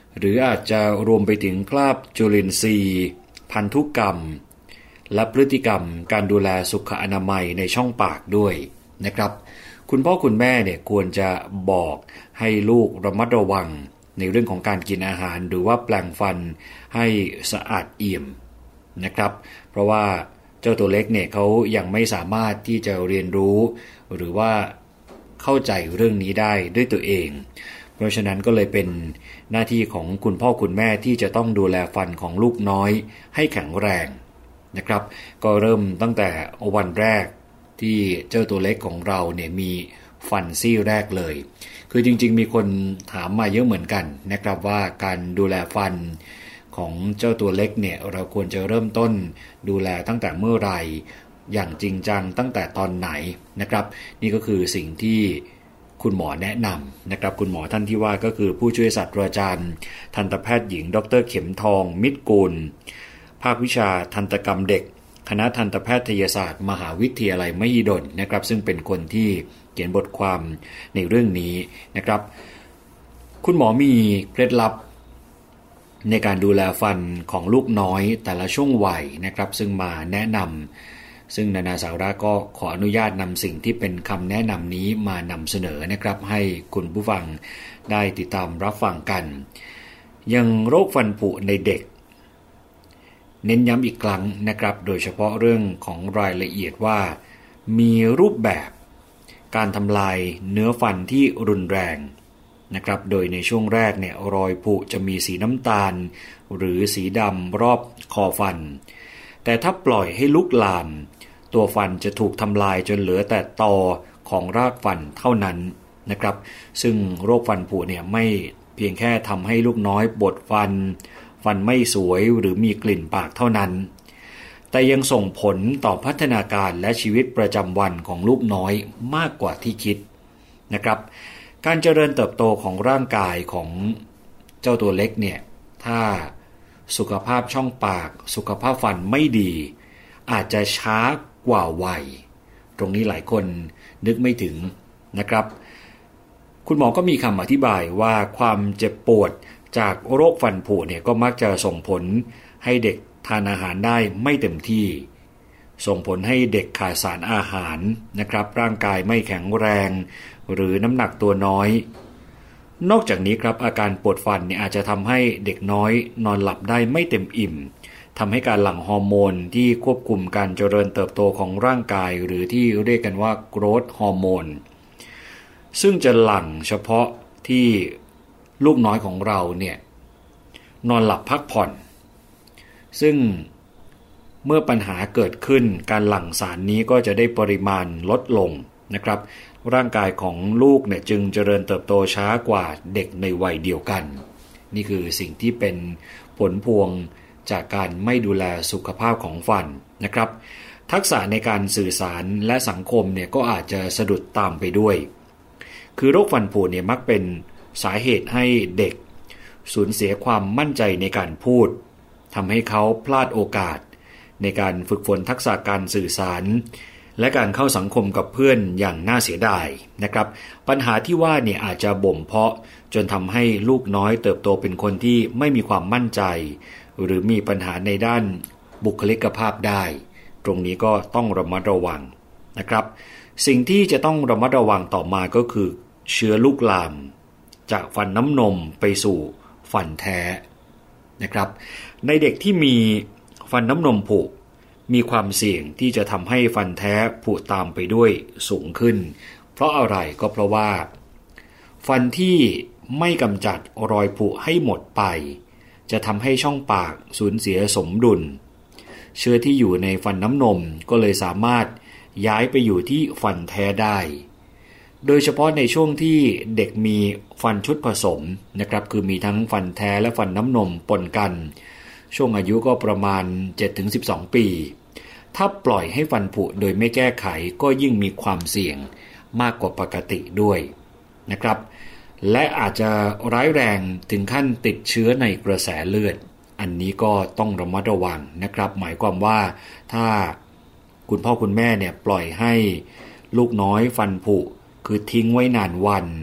หรืออาจจะรวมไปถึงคราบจุลินทรีย์พันธุกรรมและพฤติกรรมการดูแลสุขอนามัยในช่องปากด้วยนะครับคุณพ่อคุณแม่เนี่ยควรจะบอกให้ลูกระมัดระวังในเรื่องของการกินอาหารหรือว่าแปรงฟันให้สะอาดเอี่ยมนะครับเพราะว่าเจ้าตัวเล็กเนี่ยเขายังไม่สามารถที่จะเรียนรู้หรือว่าเข้าใจเรื่องนี้ได้ด้วยตัวเองเพราะฉะนั้นก็เลยเป็นหน้าที่ของคุณพ่อคุณแม่ที่จะต้องดูแลฟันของลูกน้อยให้แข็งแรงนะครับก็เริ่มตั้งแต่วันแรกที่เจ้าตัวเล็กของเราเนี่ยมีฟันซี่แรกเลยคือจริงๆมีคนถามมาเยอะเหมือนกันนะครับว่าการดูแลฟันของเจ้าตัวเล็กเนี่ยเราควรจะเริ่มต้นดูแลตั้งแต่เมื่อไหร่อย่างจริงจังตั้งแต่ตอนไหนนะครับนี่ก็คือสิ่งที่คุณหมอแนะนำนะครับคุณหมอท่านที่ว่าก็คือผู้ช่วยศาสตราจารย์ทันตแพทย์หญิงดร.เข็มทองมิตรกุลภาควิชาทันตกรรมเด็กคณะทันตแพทยศาสตร์มหาวิทยาลัยมหิดลนะครับซึ่งเป็นคนที่เขียนบทความในเรื่องนี้นะครับคุณหมอมีเคล็ดลับในการดูแลฟันของลูกน้อยแต่ละช่วงวัยนะครับซึ่งมาแนะนำซึ่งนานาสาระก็ขออนุญาตนำสิ่งที่เป็นคำแนะนำนี้มานำเสนอนะครับให้คุณผู้ฟังได้ติดตามรับฟังกันอย่างโรคฟันผุในเด็กเน้นย้ำอีกครั้งนะครับโดยเฉพาะเรื่องของรายละเอียดว่ามีรูปแบบการทำลายเนื้อฟันที่รุนแรงนะครับโดยในช่วงแรกเนี่ยรอยผุจะมีสีน้ำตาลหรือสีดำรอบคอฟันแต่ถ้าปล่อยให้ลุกลามตัวฟันจะถูกทำลายจนเหลือแต่ตอของรากฟันเท่านั้นนะครับซึ่งโรคฟันผุเนี่ยไม่เพียงแค่ทำให้ลูกน้อยปวดฟันไม่สวยหรือมีกลิ่นปากเท่านั้นแต่ยังส่งผลต่อพัฒนาการและชีวิตประจำวันของลูกน้อยมากกว่าที่คิดนะครับการเจริญเติบโตของร่างกายของเจ้าตัวเล็กเนี่ยถ้าสุขภาพช่องปากสุขภาพฟันไม่ดีอาจจะช้ากว่าวัยตรงนี้หลายคนนึกไม่ถึงนะครับคุณหมอก็มีคำอธิบายว่าความเจ็บปวดจากโรคฟันผุเนี่ยก็มักจะส่งผลให้เด็กทานอาหารได้ไม่เต็มที่ส่งผลให้เด็กขาดสารอาหารนะครับร่างกายไม่แข็งแรงหรือน้ำหนักตัวน้อยนอกจากนี้ครับอาการปวดฟันเนี่ยอาจจะทำให้เด็กน้อยนอนหลับได้ไม่เต็มอิ่มทำให้การหลั่งฮอร์โมนที่ควบคุมการเจริญเติบโตของร่างกายหรือที่เรียกกันว่า growth hormone ซึ่งจะหลั่งเฉพาะที่ลูกน้อยของเราเนี่ยนอนหลับพักผ่อนซึ่งเมื่อปัญหาเกิดขึ้นการหลั่งสารนี้ก็จะได้ปริมาณลดลงนะครับร่างกายของลูกเนี่ยจึงเจริญเติบโตช้ากว่าเด็กในวัยเดียวกันนี่คือสิ่งที่เป็นผลพวงจากการไม่ดูแลสุขภาพของฟันนะครับทักษะในการสื่อสารและสังคมเนี่ยก็อาจจะสะดุดตามไปด้วยคือโรคฟันผุเนี่ยมักเป็นสาเหตุให้เด็กสูญเสียความมั่นใจในการพูดทำให้เขาพลาดโอกาสในการฝึกฝนทักษะการสื่อสารและการเข้าสังคมกับเพื่อนอย่างน่าเสียดายนะครับปัญหาที่ว่าเนี่ยอาจจะบ่มเพาะจนทำให้ลูกน้อยเติบโตเป็นคนที่ไม่มีความมั่นใจหรือมีปัญหาในด้านบุคลิกภาพได้ตรงนี้ก็ต้องระมัดระวังนะครับสิ่งที่จะต้องระมัดระวังต่อมาก็คือเชื้อลุกลามจากฟันน้ำนมไปสู่ฟันแท้นะครับในเด็กที่มีฟันน้ำนมผุมีความเสี่ยงที่จะทำให้ฟันแท้ผุตามไปด้วยสูงขึ้นเพราะอะไรก็เพราะว่าฟันที่ไม่กำจัดรอยผุให้หมดไปจะทำให้ช่องปากสูญเสียสมดุลเชื้อที่อยู่ในฟันน้ำนมก็เลยสามารถย้ายไปอยู่ที่ฟันแท้ได้โดยเฉพาะในช่วงที่เด็กมีฟันชุดผสมนะครับคือมีทั้งฟันแท้และฟันน้ำนมปนกันช่วงอายุก็ประมาณ 7-12 ปีถ้าปล่อยให้ฟันผุโดยไม่แก้ไขก็ยิ่งมีความเสี่ยงมากกว่าปกติด้วยนะครับและอาจจะร้ายแรงถึงขั้นติดเชื้อในกระแสเลือดอันนี้ก็ต้องระมัดระวังนะครับหมายความว่าถ้าคุณพ่อคุณแม่เนี่ยปล่อยให้ลูกน้อยฟันผุคือทิ้งไว้นานวัน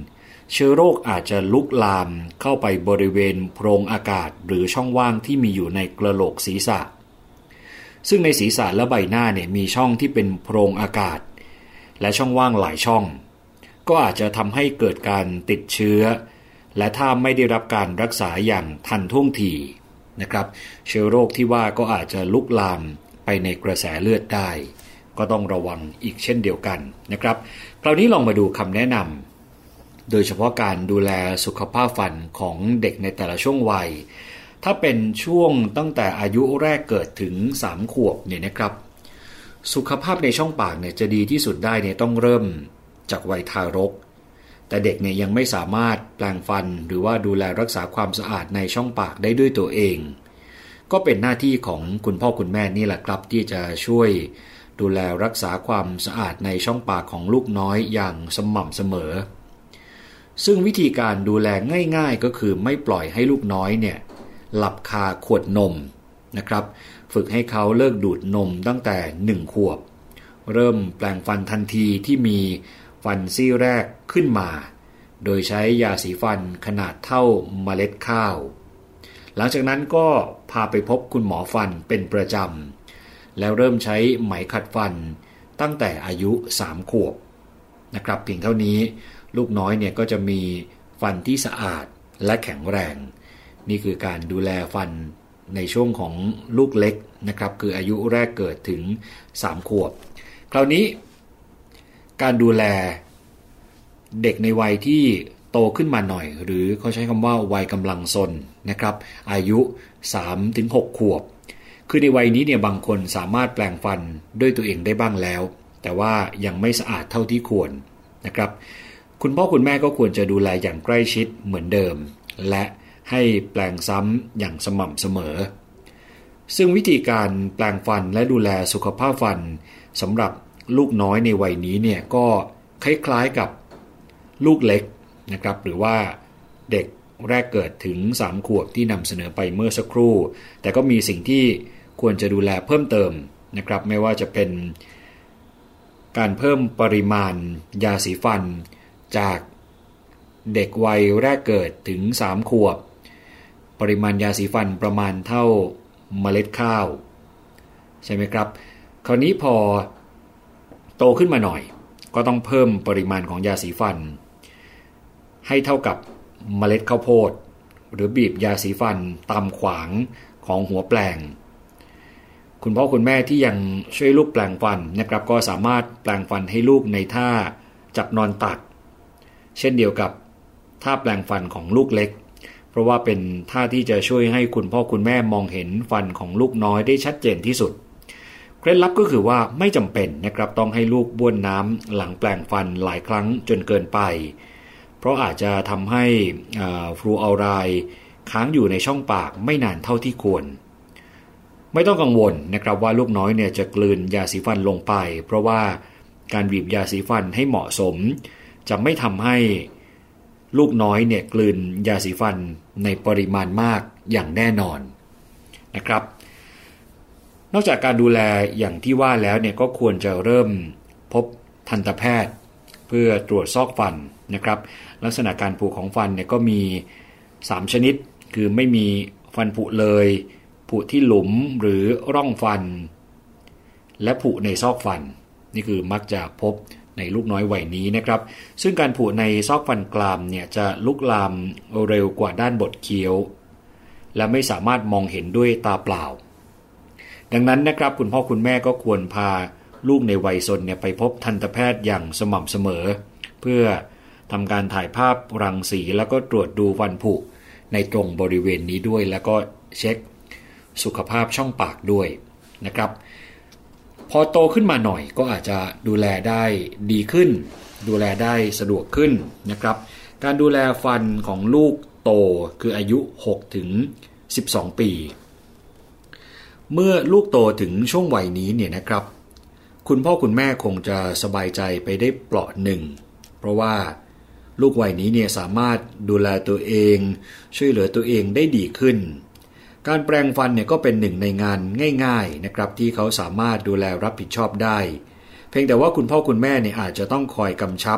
เชื้อโรคอาจจะลุกลามเข้าไปบริเวณโพรงอากาศหรือช่องว่างที่มีอยู่ในกระโหลกศีรษะซึ่งในศีรษะและใบหน้าเนี่ยมีช่องที่เป็นโพรงอากาศและช่องว่างหลายช่องก็อาจจะทำให้เกิดการติดเชื้อและถ้าไม่ได้รับการรักษาอย่างทันท่วงทีนะครับเชื้อโรคที่ว่าก็อาจจะลุกลามไปในกระแสเลือดได้ก็ต้องระวังอีกเช่นเดียวกันนะครับคราวนี้ลองมาดูคำแนะนำโดยเฉพาะการดูแลสุขภาพฟันของเด็กในแต่ละช่วงวัยถ้าเป็นช่วงตั้งแต่อายุแรกเกิดถึง3 ขวบเนี่ยนะครับสุขภาพในช่องปากเนี่ยจะดีที่สุดได้เนี่ยต้องเริ่มจากวัยทารกแต่เด็กเนี่ยยังไม่สามารถแปรงฟันหรือว่าดูแลรักษาความสะอาดในช่องปากได้ด้วยตัวเองก็เป็นหน้าที่ของคุณพ่อคุณแม่นี่แหละครับที่จะช่วยดูแลรักษาความสะอาดในช่องปากของลูกน้อยอย่างสม่ำเสมอซึ่งวิธีการดูแลง่ายๆก็คือไม่ปล่อยให้ลูกน้อยเนี่ยหลับคาขวดนมนะครับฝึกให้เขาเลิกดูดนมตั้งแต่1 ขวบเริ่มแปรงฟันทันทีที่มีฟันซี่แรกขึ้นมาโดยใช้ยาสีฟันขนาดเท่าเมล็ดข้าวหลังจากนั้นก็พาไปพบคุณหมอฟันเป็นประจำแล้วเริ่มใช้ไหมขัดฟันตั้งแต่อายุ3 ขวบนะครับเพียงเท่านี้ลูกน้อยเนี่ยก็จะมีฟันที่สะอาดและแข็งแรงนี่คือการดูแลฟันในช่วงของลูกเล็กนะครับคืออายุแรกเกิดถึง3 ขวบคราวนี้การดูแลเด็กในวัยที่โตขึ้นมาหน่อยหรือเขาใช้คำว่าวัยกำลังซนนะครับอายุ 3-6 ขวบคือในวัยนี้เนี่ยบางคนสามารถแปรงฟันด้วยตัวเองได้บ้างแล้วแต่ว่ายังไม่สะอาดเท่าที่ควรนะครับคุณพ่อคุณแม่ก็ควรจะดูแลอย่างใกล้ชิดเหมือนเดิมและให้แปรงซ้ำอย่างสม่ำเสมอซึ่งวิธีการแปรงฟันและดูแลสุขภาพฟันสำหรับลูกน้อยในวัยนี้เนี่ยก็คล้ายๆกับลูกเล็กนะครับหรือว่าเด็กแรกเกิดถึง3 ขวบที่นำเสนอไปเมื่อสักครู่แต่ก็มีสิ่งที่ควรจะดูแลเพิ่มเติมนะครับไม่ว่าจะเป็นการเพิ่มปริมาณยาสีฟันจากเด็กวัยแรกเกิดถึง3 ขวบปริมาณยาสีฟันประมาณเท่าเมล็ดข้าวใช่ไหมครับคราวนี้พอโตขึ้นมาหน่อยก็ต้องเพิ่มปริมาณของยาสีฟันให้เท่ากับเมล็ดข้าวโพดหรือบีบยาสีฟันตามขวางของหัวแปลงคุณพ่อคุณแม่ที่ยังช่วยลูกแปลงฟันนะครับก็สามารถแปลงฟันให้ลูกในท่าจับนอนตักเช่นเดียวกับท่าแปลงฟันของลูกเล็กเพราะว่าเป็นท่าที่จะช่วยให้คุณพ่อคุณแม่มองเห็นฟันของลูกน้อยได้ชัดเจนที่สุดเคล็ดลับก็คือว่าไม่จำเป็นนะครับต้องให้ลูกบ้วนน้ำหลังแปลงฟันหลายครั้งจนเกินไปเพราะอาจจะทำให้ฟลูออไรด์ค้างอยู่ในช่องปากไม่นานเท่าที่ควรไม่ต้องกังวลนะครับว่าลูกน้อยเนี่ยจะกลืนยาสีฟันลงไปเพราะว่าการบีบยาสีฟันให้เหมาะสมจะไม่ทำให้ลูกน้อยเนี่ยกลืนยาสีฟันในปริมาณมากอย่างแน่นอนนะครับนอกจากการดูแลอย่างที่ว่าแล้วเนี่ยก็ควรจะเริ่มพบทันตแพทย์เพื่อตรวจซอกฟันนะครับลักษณะการผุของฟันเนี่ยก็มี3 ชนิดคือไม่มีฟันผุเลยผุที่หลุมหรือร่องฟันและผุในซอกฟันนี่คือมักจะพบในลูกน้อยวัยนี้นะครับซึ่งการผุในซอกฟันกรามเนี่ยจะลุกลามเร็วกว่าด้านบดเคี้ยวและไม่สามารถมองเห็นด้วยตาเปล่าดังนั้นนะครับคุณพ่อคุณแม่ก็ควรพาลูกในวัยซนเนี่ยไปพบทันตแพทย์อย่างสม่ำเสมอเพื่อทำการถ่ายภาพรังสีแล้วก็ตรวจดูฟันผุในตรงบริเวณนี้ด้วยแล้วก็เช็คสุขภาพช่องปากด้วยนะครับพอโตขึ้นมาหน่อยก็อาจจะดูแลได้ดีขึ้นดูแลได้สะดวกขึ้นนะครับการดูแลฟันของลูกโตคืออายุ6-12 ปีเมื่อลูกโตถึงช่วงวัยนี้เนี่ยนะครับคุณพ่อคุณแม่คงจะสบายใจไปได้เปราะหนึ่งเพราะว่าลูกวัยนี้เนี่ยสามารถดูแลตัวเองช่วยเหลือตัวเองได้ดีขึ้นการแปรงฟันเนี่ยก็เป็นหนึ่งในงานง่ายๆนะครับที่เขาสามารถดูแลรับผิดชอบได้เพียงแต่ว่าคุณพ่อคุณแม่เนี่ยอาจจะต้องคอยกำชับ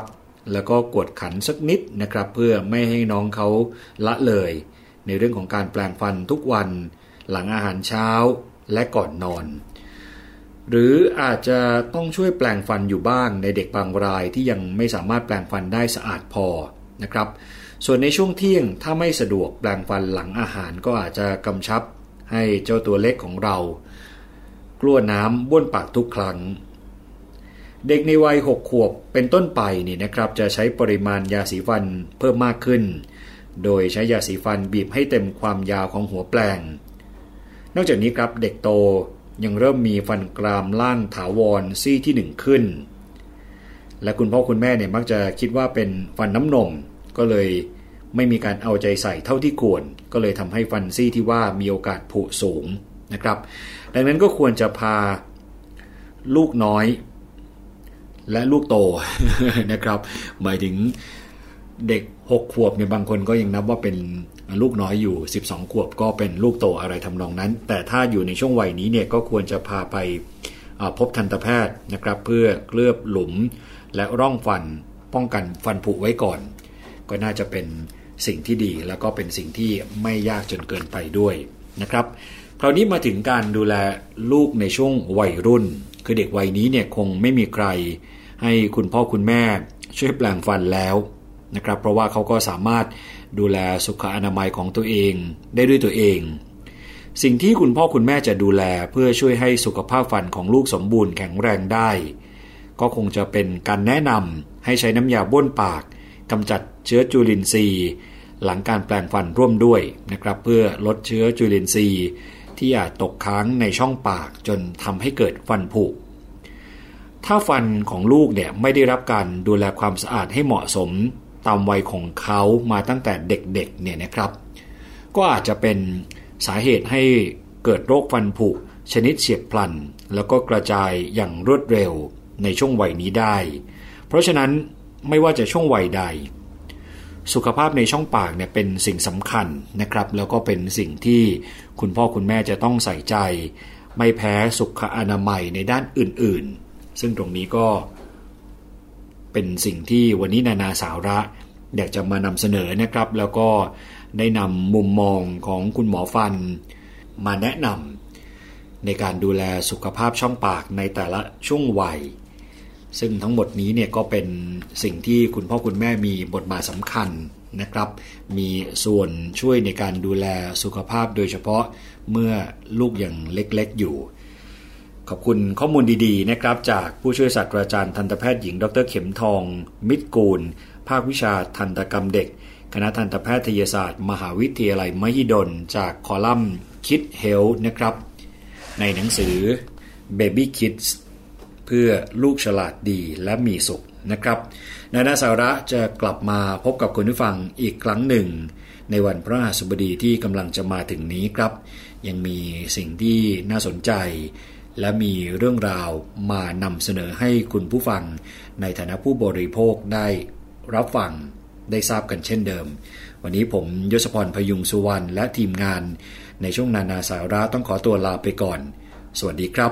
แล้วก็กวดขันสักนิดนะครับเพื่อไม่ให้น้องเขาละเลยในเรื่องของการแปรงฟันทุกวันหลังอาหารเช้าและก่อนนอนหรืออาจจะต้องช่วยแปรงฟันอยู่บ้างในเด็กบางรายที่ยังไม่สามารถแปรงฟันได้สะอาดพอนะครับส่วนในช่วงเที่ยงถ้าไม่สะดวกแปรงฟันหลังอาหารก็อาจจะกำชับให้เจ้าตัวเล็กของเรากลั้วน้ำบ้วนปากทุกครั้งเด็กในวัย6 ขวบเป็นต้นไปนี่นะครับจะใช้ปริมาณยาสีฟันเพิ่มมากขึ้นโดยใช้ยาสีฟันบีบให้เต็มความยาวของหัวแปรงนอกจากนี้ครับเด็กโตยังเริ่มมีฟันกรามล่างถาวรซี่ที่1ขึ้นและคุณพ่อคุณแม่เนี่ยมักจะคิดว่าเป็นฟันน้ำนมก็เลยไม่มีการเอาใจใส่เท่าที่ควรก็เลยทำให้ฟันซี่ที่ว่ามีโอกาสผุสูงนะครับดังนั้นก็ควรจะพาลูกน้อยและลูกโต นะครับหมายถึงเด็ก6 ขวบเนี่ยบางคนก็ยังนับว่าเป็นลูกน้อยอยู่12 ขวบก็เป็นลูกโตอะไรทำนองนั้นแต่ถ้าอยู่ในช่วงวัยนี้เนี่ยก็ควรจะพาไปพบทันตแพทย์นะครับเพื่อเคลือบหลุมและร่องฟันป้องกันฟันผุไว้ก่อนก็น่าจะเป็นสิ่งที่ดีแล้วก็เป็นสิ่งที่ไม่ยากจนเกินไปด้วยนะครับคราวนี้มาถึงการดูแลลูกในช่วงวัยรุ่นคือเด็กวัยนี้เนี่ยคงไม่มีใครให้คุณพ่อคุณแม่ช่วยแปรงฟันแล้วนะครับเพราะว่าเขาก็สามารถดูแลสุขอนามัยของตัวเองได้ด้วยตัวเองสิ่งที่คุณพ่อคุณแม่จะดูแลเพื่อช่วยให้สุขภาพฟันของลูกสมบูรณ์แข็งแรงได้ก็คงจะเป็นการแนะนำให้ใช้น้ำยาบ้วนปากกำจัดเชื้อจุลินทรีย์หลังการแปรงฟันร่วมด้วยนะครับเพื่อลดเชื้อจุลินทรีย์ที่อาจตกค้างในช่องปากจนทำให้เกิดฟันผุถ้าฟันของลูกเนี่ยไม่ได้รับการดูแลความสะอาดให้เหมาะสมตามวัยของเขามาตั้งแต่เด็กๆเนี่ยนะครับก็อาจจะเป็นสาเหตุให้เกิดโรคฟันผุชนิดเฉียบพลันแล้วก็กระจายอย่างรวดเร็วในช่วงวัยนี้ได้เพราะฉะนั้นไม่ว่าจะช่วงวัยใดสุขภาพในช่องปากเนี่ยเป็นสิ่งสำคัญนะครับแล้วก็เป็นสิ่งที่คุณพ่อคุณแม่จะต้องใส่ใจไม่แพ้สุขอนามัยในด้านอื่นๆซึ่งตรงนี้ก็เป็นสิ่งที่วันนี้นานาสาระอยากจะมานำเสนอนะครับแล้วก็ได้นำมุมมองของคุณหมอฟันมาแนะนำในการดูแลสุขภาพช่องปากในแต่ละช่วงวัยซึ่งทั้งหมดนี้เนี่ยก็เป็นสิ่งที่คุณพ่อคุณแม่มีบทบาทสำคัญนะครับมีส่วนช่วยในการดูแลสุขภาพโดยเฉพาะเมื่อลูกยังเล็กๆอยู่ขอบคุณข้อมูลดีๆนะครับจากผู้ช่วยศาสตราจารย์ทันตแพทย์หญิงดร.เข็มทองมิตรกูลภาควิชาทันตกรรมเด็กคณะทันตแพทยศาสตร์มหาวิทยาลัยมหิดลจากคอลัมน์ Kids Health นะครับในหนังสือ Baby Kids เพื่อลูกฉลาดดีและมีสุขนะครับนานาสาระจะกลับมาพบกับคุณผู้ฟังอีกครั้งหนึ่งในวันพฤหัสบดีที่กำลังจะมาถึงนี้ครับยังมีสิ่งที่น่าสนใจและมีเรื่องราวมานำเสนอให้คุณผู้ฟังในฐานะผู้บริโภคได้รับฟังได้ทราบกันเช่นเดิมวันนี้ผมยศพรพยุงสุวรรณและทีมงานในช่วงนานาสาระต้องขอตัวลาไปก่อนสวัสดีครับ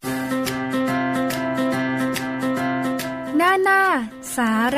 นานาสาระ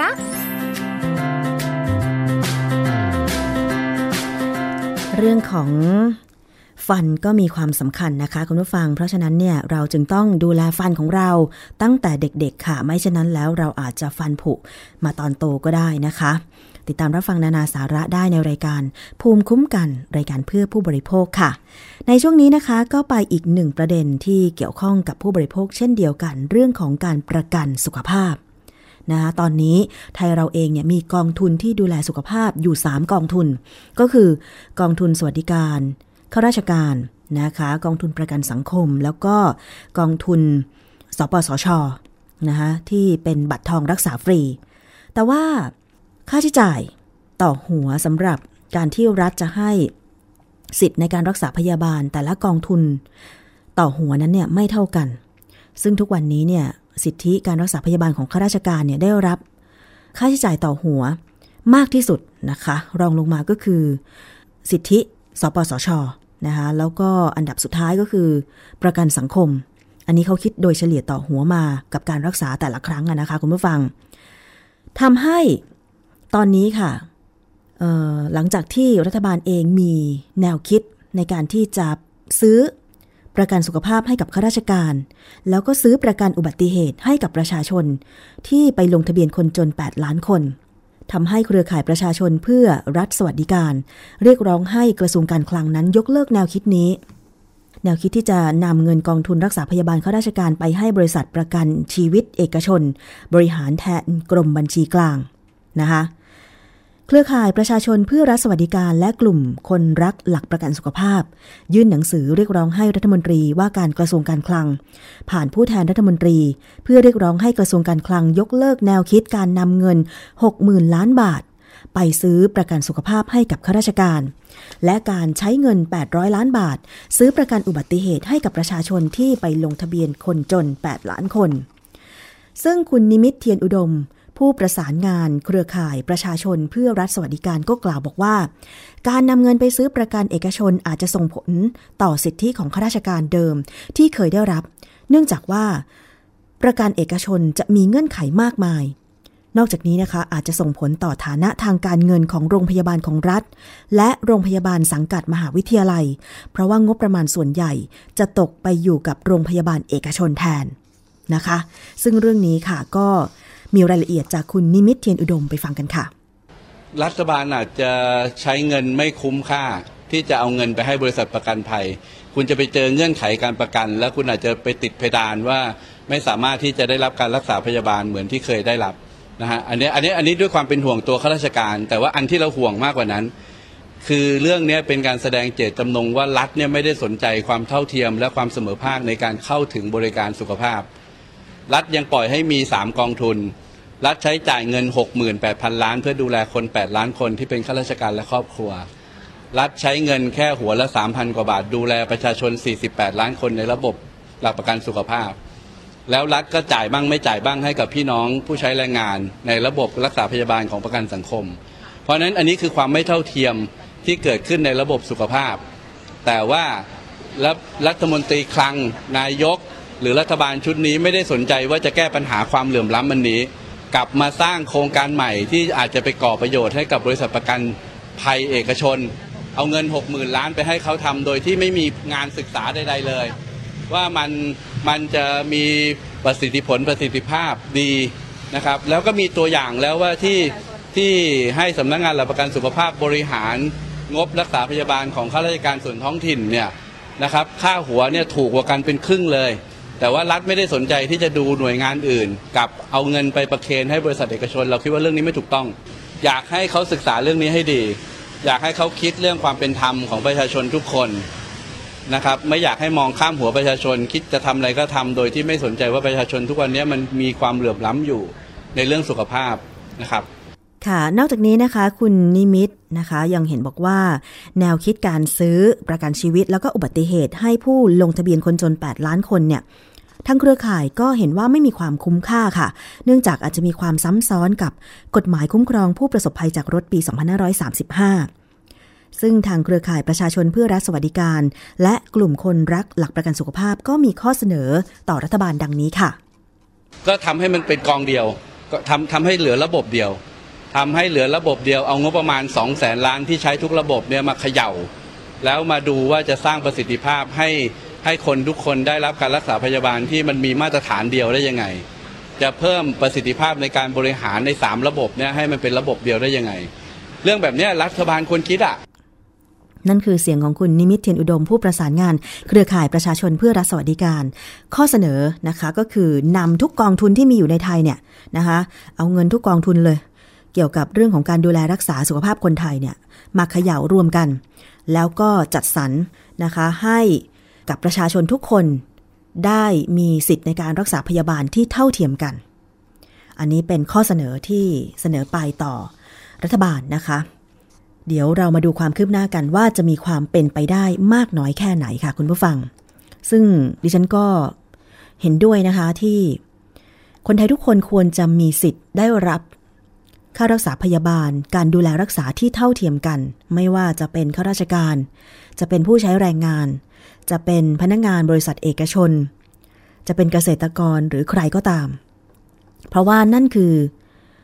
เรื่องของฟันก็มีความสำคัญนะคะคุณผู้ฟังเพราะฉะนั้นเนี่ยเราจึงต้องดูแลฟันของเราตั้งแต่เด็กๆค่ะไม่เช่นนั้นแล้วเราอาจจะฟันผุมาตอนโตก็ได้นะคะติดตามรับฟังนานาสาระได้ในรายการภูมิคุ้มกันรายการเพื่อผู้บริโภคค่ะในช่วงนี้นะคะก็ไปอีกหนึ่งประเด็นที่เกี่ยวข้องกับผู้บริโภคเช่นเดียวกันเรื่องของการประกันสุขภาพนะคะตอนนี้ไทยเราเองเนี่ยมีกองทุนที่ดูแลสุขภาพอยู่3กองทุนก็คือกองทุนสวัสดิการข้าราชการนะคะกองทุนประกันสังคมแล้วก็กองทุนสปสช.นะคะที่เป็นบัตรทองรักษาฟรีแต่ว่าค่าใช้จ่ายต่อหัวสำหรับการที่รัฐจะให้สิทธิ์ในการรักษาพยาบาลแต่ละกองทุนต่อหัวนั้นเนี่ยไม่เท่ากันซึ่งทุกวันนี้เนี่ยสิทธิการรักษาพยาบาลของข้าราชการเนี่ยได้รับค่าใช้จ่ายต่อหัวมากที่สุดนะคะรองลงมาก็คือสิทธิสปสช.นะคะแล้วก็อันดับสุดท้ายก็คือประกันสังคมอันนี้เขาคิดโดยเฉลี่ยต่อหัวมากับการรักษาแต่ละครั้งนะคะคุณผู้ฟังทำให้ตอนนี้ค่ะหลังจากที่รัฐบาลเองมีแนวคิดในการที่จะซื้อประกันสุขภาพให้กับข้าราชการแล้วก็ซื้อประกันอุบัติเหตุให้กับประชาชนที่ไปลงทะเบียนคนจน8ล้านคนทำให้เครือข่ายประชาชนเพื่อรัฐสวัสดิการเรียกร้องให้กระทรวงการคลังนั้นยกเลิกแนวคิดนี้แนวคิดที่จะนำเงินกองทุนรักษาพยาบาลข้าราชการไปให้บริษัทประกันชีวิตเอกชนบริหารแทนกรมบัญชีกลางนะคะเครือข่ายประชาชนเพื่อรัฐสวัสดิการและกลุ่มคนรักหลักประกันสุขภาพยื่นหนังสือเรียกร้องให้รัฐมนตรีว่าการกระทรวงการคลังผ่านผู้แทนรัฐมนตรีเพื่อเรียกร้องให้กระทรวงการคลังยกเลิกแนวคิดการนำเงิน 60,000 ล้านบาทไปซื้อประกันสุขภาพให้กับข้าราชการและการใช้เงิน800ล้านบาทซื้อประกันอุบัติเหตุให้กับประชาชนที่ไปลงทะเบียนคนจน8ล้านคนซึ่งคุณนิมิตรเทียนอุดมผู้ประสานงานเครือข่ายประชาชนเพื่อรัฐสวัสดิการก็กล่าวบอกว่าการนำเงินไปซื้อประกันเอกชนอาจจะส่งผลต่อสิทธิของข้าราชการเดิมที่เคยได้รับเนื่องจากว่าประกันเอกชนจะมีเงื่อนไขมากมายนอกจากนี้นะคะอาจจะส่งผลต่อฐานะทางการเงินของโรงพยาบาลของรัฐและโรงพยาบาลสังกัดมหาวิทยาลัยเพราะว่างบประมาณส่วนใหญ่จะตกไปอยู่กับโรงพยาบาลเอกชนแทนนะคะซึ่งเรื่องนี้ค่ะก็มีรายละเอียดจากคุณนิมิตรเทียนอุดมไปฟังกันค่ะรัฐบาลอาจจะใช้เงินไม่คุ้มค่าที่จะเอาเงินไปให้บริษัทประกันภัยคุณจะไปเจอเงื่อนไขการประกันแล้วคุณอาจจะไปติดเพดานว่าไม่สามารถที่จะได้รับการรักษาพยาบาลเหมือนที่เคยได้รับนะฮะอันนี้ด้วยความเป็นห่วงตัวข้าราชการแต่ว่าอันที่เราห่วงมากกว่านั้นคือเรื่องนี้เป็นการแสดงเจตจำนงว่ารัฐเนี่ยไม่ได้สนใจความเท่าเทียมและความเสมอภาคในการเข้าถึงบริการสุขภาพรัฐยังปล่อยให้มี3กองทุนรัฐใช้จ่ายเงิน 68,000 ล้านเพื่อดูแลคน8ล้านคนที่เป็นข้าราชการและครอบครัวรัฐใช้เงินแค่หัวละ 3,000 กว่าบาทดูแลประชาชน48ล้านคนในระบบหลักประกันสุขภาพแล้วรัฐก็จ่ายบ้างไม่จ่ายบ้างให้กับพี่น้องผู้ใช้แรงงานในระบบรักษาพยาบาลของประกันสังคมเพราะฉะนั้นอันนี้คือความไม่เท่าเทียมที่เกิดขึ้นในระบบสุขภาพแต่ว่ารัฐมนตรีคลังนายกหรือรัฐบาลชุดนี้ไม่ได้สนใจว่าจะแก้ปัญหาความเหลื่อมล้ำอันนี้กลับมาสร้างโครงการใหม่ที่อาจจะไปก่อประโยชน์ให้กับบริษัทประกันภัยเอกชนเอาเงิน 60,000 ล้านไปให้เขาทำโดยที่ไม่มีงานศึกษาใดๆเลยว่ามันจะมีประสิทธิภาพดีนะครับแล้วก็มีตัวอย่างแล้วว่าที่ให้สำนักงานหลักประกันสุขภาพบริหารงบรักษาพยาบาลของข้าราชการส่วนท้องถิ่นเนี่ยนะครับค่าหัวเนี่ยถูกกว่ากันเป็นครึ่งเลยแต่ว่ารัฐไม่ได้สนใจที่จะดูหน่วยงานอื่นกับเอาเงินไปประเคนให้บริษัทเอกชนเราคิดว่าเรื่องนี้ไม่ถูกต้องอยากให้เขาศึกษาเรื่องนี้ให้ดีอยากให้เขาคิดเรื่องความเป็นธรรมของประชาชนทุกคนนะครับไม่อยากให้มองข้ามหัวประชาชนคิดจะทำอะไรก็ทำโดยที่ไม่สนใจว่าประชาชนทุกวันนี้มันมีความเหลื่อมล้ำอยู่ในเรื่องสุขภาพนะครับค่ะนอกจากนี้นะคะคุณนิมิตนะคะยังเห็นบอกว่าแนวคิดการซื้อประกันชีวิตแล้วก็อุบัติเหตุให้ผู้ลงทะเบียนคนจน8ล้านคนเนี่ยทั้งเครือข่ายก็เห็นว่าไม่มีความคุ้มค่าค่ะเนื่องจากอาจจะมีความซ้ำซ้อนกับกฎหมายคุ้มครองผู้ประสบภัยจากรถปี2535ซึ่งทางเครือข่ายประชาชนเพื่อรัฐสวัสดิการและกลุ่มคนรักหลักประกันสุขภาพก็มีข้อเสนอต่อรัฐบาลดังนี้ค่ะก็ทำให้มันเป็นกองเดียวก็ทำให้เหลือระบบเดียวทำให้เหลือระบบเดียวเอางบประมาณ 200,000 ล้านที่ใช้ทุกระบบเนี่ยมาเขย่าแล้วมาดูว่าจะสร้างประสิทธิภาพให้คนทุกคนได้รับการรักษาพยาบาลที่มันมีมาตรฐานเดียวได้ยังไงจะเพิ่มประสิทธิภาพในการบริหารใน3ระบบเนี่ยให้มันเป็นระบบเดียวได้ยังไงเรื่องแบบนี้รัฐบาลควรคิดนั่นคือเสียงของคุณนิมิตรเทียนอุดมผู้ประสานงานเครือข่ายประชาชนเพื่อรัฐสวัสดิการข้อเสนอนะคะก็คือนำทุกกองทุนที่มีอยู่ในไทยเนี่ยนะคะเอาเงินทุกกองทุนเลยเกี่ยวกับเรื่องของการดูแลรักษาสุขภาพคนไทยเนี่ยมาเขย่ารวมกันแล้วก็จัดสรรนะคะให้กับประชาชนทุกคนได้มีสิทธิ์ในการรักษาพยาบาลที่เท่าเทียมกันอันนี้เป็นข้อเสนอที่เสนอไปต่อรัฐบาลนะคะเดี๋ยวเรามาดูความคืบหน้ากันว่าจะมีความเป็นไปได้มากน้อยแค่ไหนค่ะคุณผู้ฟังซึ่งดิฉันก็เห็นด้วยนะคะที่คนไทยทุกคนควรจะมีสิทธิ์ได้รับค่ารักษาพยาบาลการดูแลรักษาที่เท่าเทียมกันไม่ว่าจะเป็นข้าราชการจะเป็นผู้ใช้แรงงานจะเป็นพนักงานบริษัทเอกชนจะเป็นเกษตรกรหรือใครก็ตามเพราะว่านั่นคือ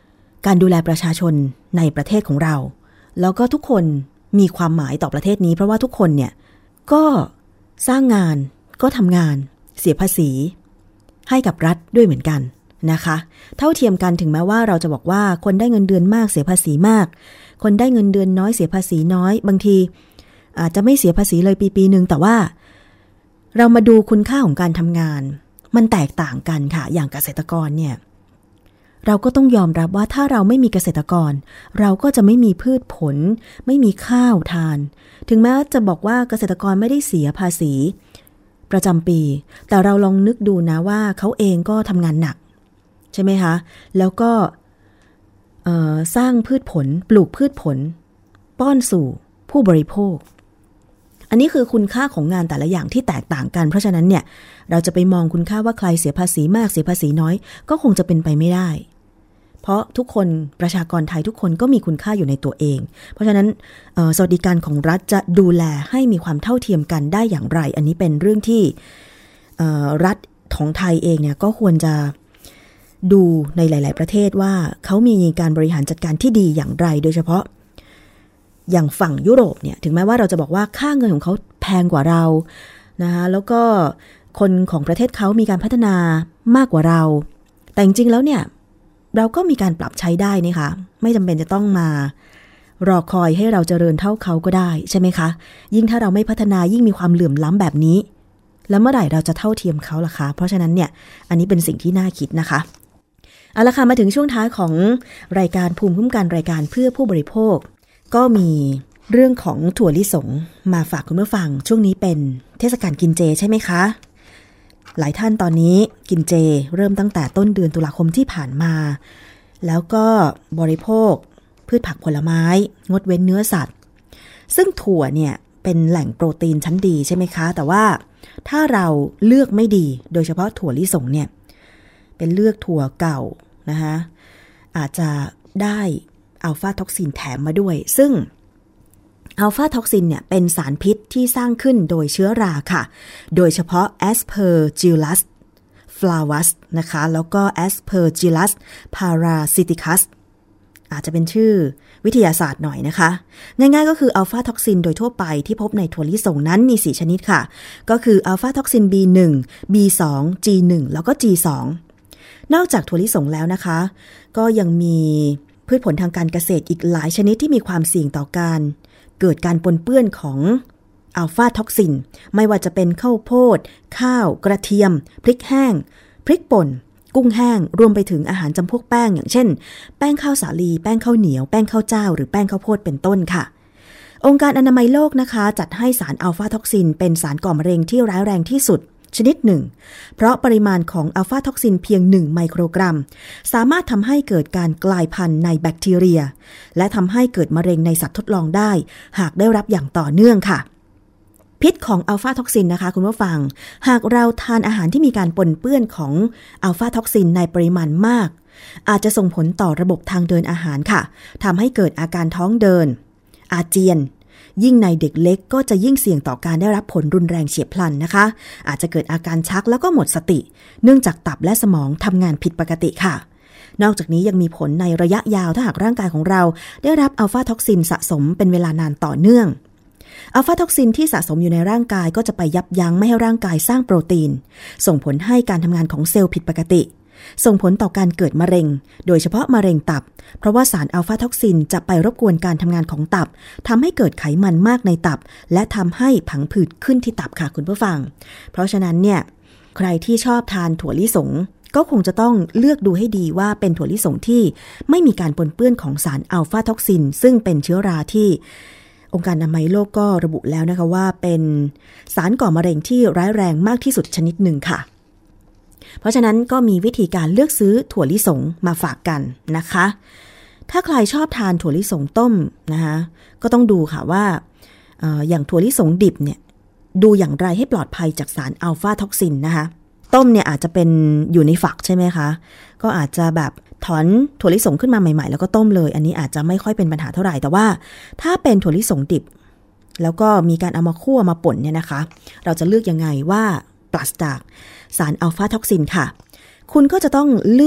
การดูแลประชาชนในประเทศของเราแล้วก็ทุกคนมีความหมายต่อประเทศนี้เพราะว่าทุกคนเนี่ยก็สร้างงานก็ทำงานเสียภาษีให้กับรัฐด้วยเหมือนกันนะคะเท่าเทียมกันถึงแม้ว่าเราจะบอกว่าคนได้เงินเดือนมากเสียภาษีมากคนได้เงินเดือนน้อยเสียภาษีน้อยบางทีอาจจะไม่เสียภาษีเลยปีนึงแต่ว่าเรามาดูคุณค่าของการทำงานมันแตกต่างกันค่ะอย่างเกษตรกรเนี่ยเราก็ต้องยอมรับว่าถ้าเราไม่มีเกษตรกรเราก็จะไม่มีพืชผลไม่มีข้าวทานถึงแม้จะบอกว่าเกษตรกรไม่ได้เสียภาษีประจำปีแต่เราลองนึกดูนะว่าเขาเองก็ทำงานหนักใช่ไหมคะแล้วก็สร้างพืชผลปลูกพืชผลป้อนสู่ผู้บริโภคอันนี้คือคุณค่าของงานแต่ละอย่างที่แตกต่างกันเพราะฉะนั้นเนี่ยเราจะไปมองคุณค่าว่าใครเสียภาษีมากเสียภาษีน้อยก็คงจะเป็นไปไม่ได้เพราะทุกคนประชากรไทยทุกคนก็มีคุณค่าอยู่ในตัวเองเพราะฉะนั้นสวัสดิการของรัฐจะดูแลให้มีความเท่าเทียมกันได้อย่างไรอันนี้เป็นเรื่องที่รัฐของไทยเองเนี่ยก็ควรจะดูในหลายๆประเทศว่าเขามีการบริหารจัดการที่ดีอย่างไรโดยเฉพาะอย่างฝั่งยุโรปเนี่ยถึงแม้ว่าเราจะบอกว่าค่าเงินของเขาแพงกว่าเรานะคะแล้วก็คนของประเทศเขามีการพัฒนามากกว่าเราแต่จริงๆแล้วเนี่ยเราก็มีการปรับใช้ได้นะคะไม่จำเป็นจะต้องมารอคอยให้เราเจริญเท่าเขาก็ได้ใช่ไหมคะยิ่งถ้าเราไม่พัฒนายิ่งมีความเหลื่อมล้ำแบบนี้แล้วเมื่อไหร่เราจะเท่าเทียมเขาล่ะคะเพราะฉะนั้นเนี่ยอันนี้เป็นสิ่งที่น่าคิดนะคะเอาละค่ะมาถึงช่วงท้ายของรายการภูมิคุ้มกันรายการเพื่อผู้บริโภคก็มีเรื่องของถั่วลิสงมาฝากคุณผู้ฟังช่วงนี้เป็นเทศกาลกินเจใช่ไหมคะหลายท่านตอนนี้กินเจเริ่มตั้งแต่ต้นเดือนตุลาคมที่ผ่านมาแล้วก็บริโภคพืชผักผลไม้งดเว้นเนื้อสัตว์ซึ่งถั่วเนี่ยเป็นแหล่งโปรตีนชั้นดีใช่ไหมคะแต่ว่าถ้าเราเลือกไม่ดีโดยเฉพาะถั่วลิสงเนี่ยเป็นเลือกถั่วเก่านะคะอาจจะได้อัลฟาท็อกซินแถมมาด้วยซึ่งอัลฟาท็อกซินเนี่ยเป็นสารพิษที่สร้างขึ้นโดยเชื้อราค่ะโดยเฉพาะ Aspergillus flavus นะคะแล้วก็ Aspergillus parasiticus อาจจะเป็นชื่อวิทยาศาสตร์หน่อยนะคะง่ายๆก็คืออัลฟาท็อกซินโดยทั่วไปที่พบในถั่วลิสงนั้นมี4ชนิดค่ะก็คืออัลฟาท็อกซิน B1 B2 G1 แล้วก็ G2 นอกจากถั่วลิสงแล้วนะคะก็ยังมีพืชผลทางการเกษตรอีกหลายชนิดที่มีความเสี่ยงต่อการเกิดการปนเปื้อนของอัลฟาท็อกซินไม่ว่าจะเป็นข้าวโพดข้าวกระเทียมพริกแห้งพริกป่นกุ้งแห้งรวมไปถึงอาหารจำพวกแป้งอย่างเช่นแป้งข้าวสาลีแป้งข้าวเหนียวแป้งข้าวเจ้าหรือแป้งข้าวโพดเป็นต้นค่ะองค์การอนามัยโลกนะคะจัดให้สารอัลฟาท็อกซินเป็นสารก่อมะเร็งที่ร้ายแรงที่สุดชนิดหนึ่งเพราะปริมาณของอัลฟาท็อกซินเพียง1ไมโครกรัมสามารถทำให้เกิดการกลายพันธุ์ในแบคทีเรียและทำให้เกิดมะเร็งในสัตว์ทดลองได้หากได้รับอย่างต่อเนื่องค่ะพิษของอัลฟาท็อกซินนะคะคุณผู้ฟังหากเราทานอาหารที่มีการปนเปื้อนของอัลฟาท็อกซินในปริมาณมากอาจจะส่งผลต่อระบบทางเดินอาหารค่ะทำให้เกิดอาการท้องเดินอาเจียนยิ่งในเด็กเล็กก็จะยิ่งเสี่ยงต่อการได้รับผลรุนแรงเฉียบพลันนะคะอาจจะเกิดอาการชักแล้วก็หมดสติเนื่องจากตับและสมองทำงานผิดปกติค่ะนอกจากนี้ยังมีผลในระยะยาวถ้าหากร่างกายของเราได้รับอัลฟาท็อกซินสะสมเป็นเวลานานต่อเนื่องอัลฟาท็อกซินที่สะสมอยู่ในร่างกายก็จะไปยับยั้งไม่ให้ร่างกายสร้างโปรตีนส่งผลให้การทำงานของเซลล์ผิดปกติส่งผลต่อการเกิดมะเร็งโดยเฉพาะมะเร็งตับเพราะว่าสารอัลฟาท็อกซินจะไปรบกวนการทำงานของตับทำให้เกิดไขมันมากในตับและทำให้ผังผืดขึ้นที่ตับค่ะคุณผู้ฟังเพราะฉะนั้นเนี่ยใครที่ชอบทานถั่วลิสงก็คงจะต้องเลือกดูให้ดีว่าเป็นถั่วลิสงที่ไม่มีการปนเปื้อนของสารอัลฟาท็อกซินซึ่งเป็นเชื้อราที่องค์การอนามัยโลกก็ระบุแล้วนะคะว่าเป็นสารก่อมะเร็งที่ร้ายแรงมากที่สุดชนิดหนึ่งค่ะเพราะฉะนั้นก็มีวิธีการเลือกซื้อถั่วลิสงมาฝากกันนะคะถ้าใครชอบทานถั่วลิสงต้มนะคะก็ต้องดูค่ะว่าอย่างถั่วลิสงดิบเนี่ยดูอย่างไรให้ปลอดภัยจากสารอัลฟาท็อกซินนะคะต้มเนี่ยอาจจะเป็นอยู่ในฝักใช่ไหมคะก็อาจจะแบบถอนถั่วลิสงขึ้นมาใหม่ๆแล้วก็ต้มเลยอันนี้อาจจะไม่ค่อยเป็นปัญหาเท่าไหร่แต่ว่าถ้าเป็นถั่วลิสงดิบแล้วก็มีการเอามาคั่วมาป่นเนี่ยนะคะเราจะเลือกยังไงว่าปราศจากสารอัลฟาท็อกซินค่ะคุณก็จะต้องเลือก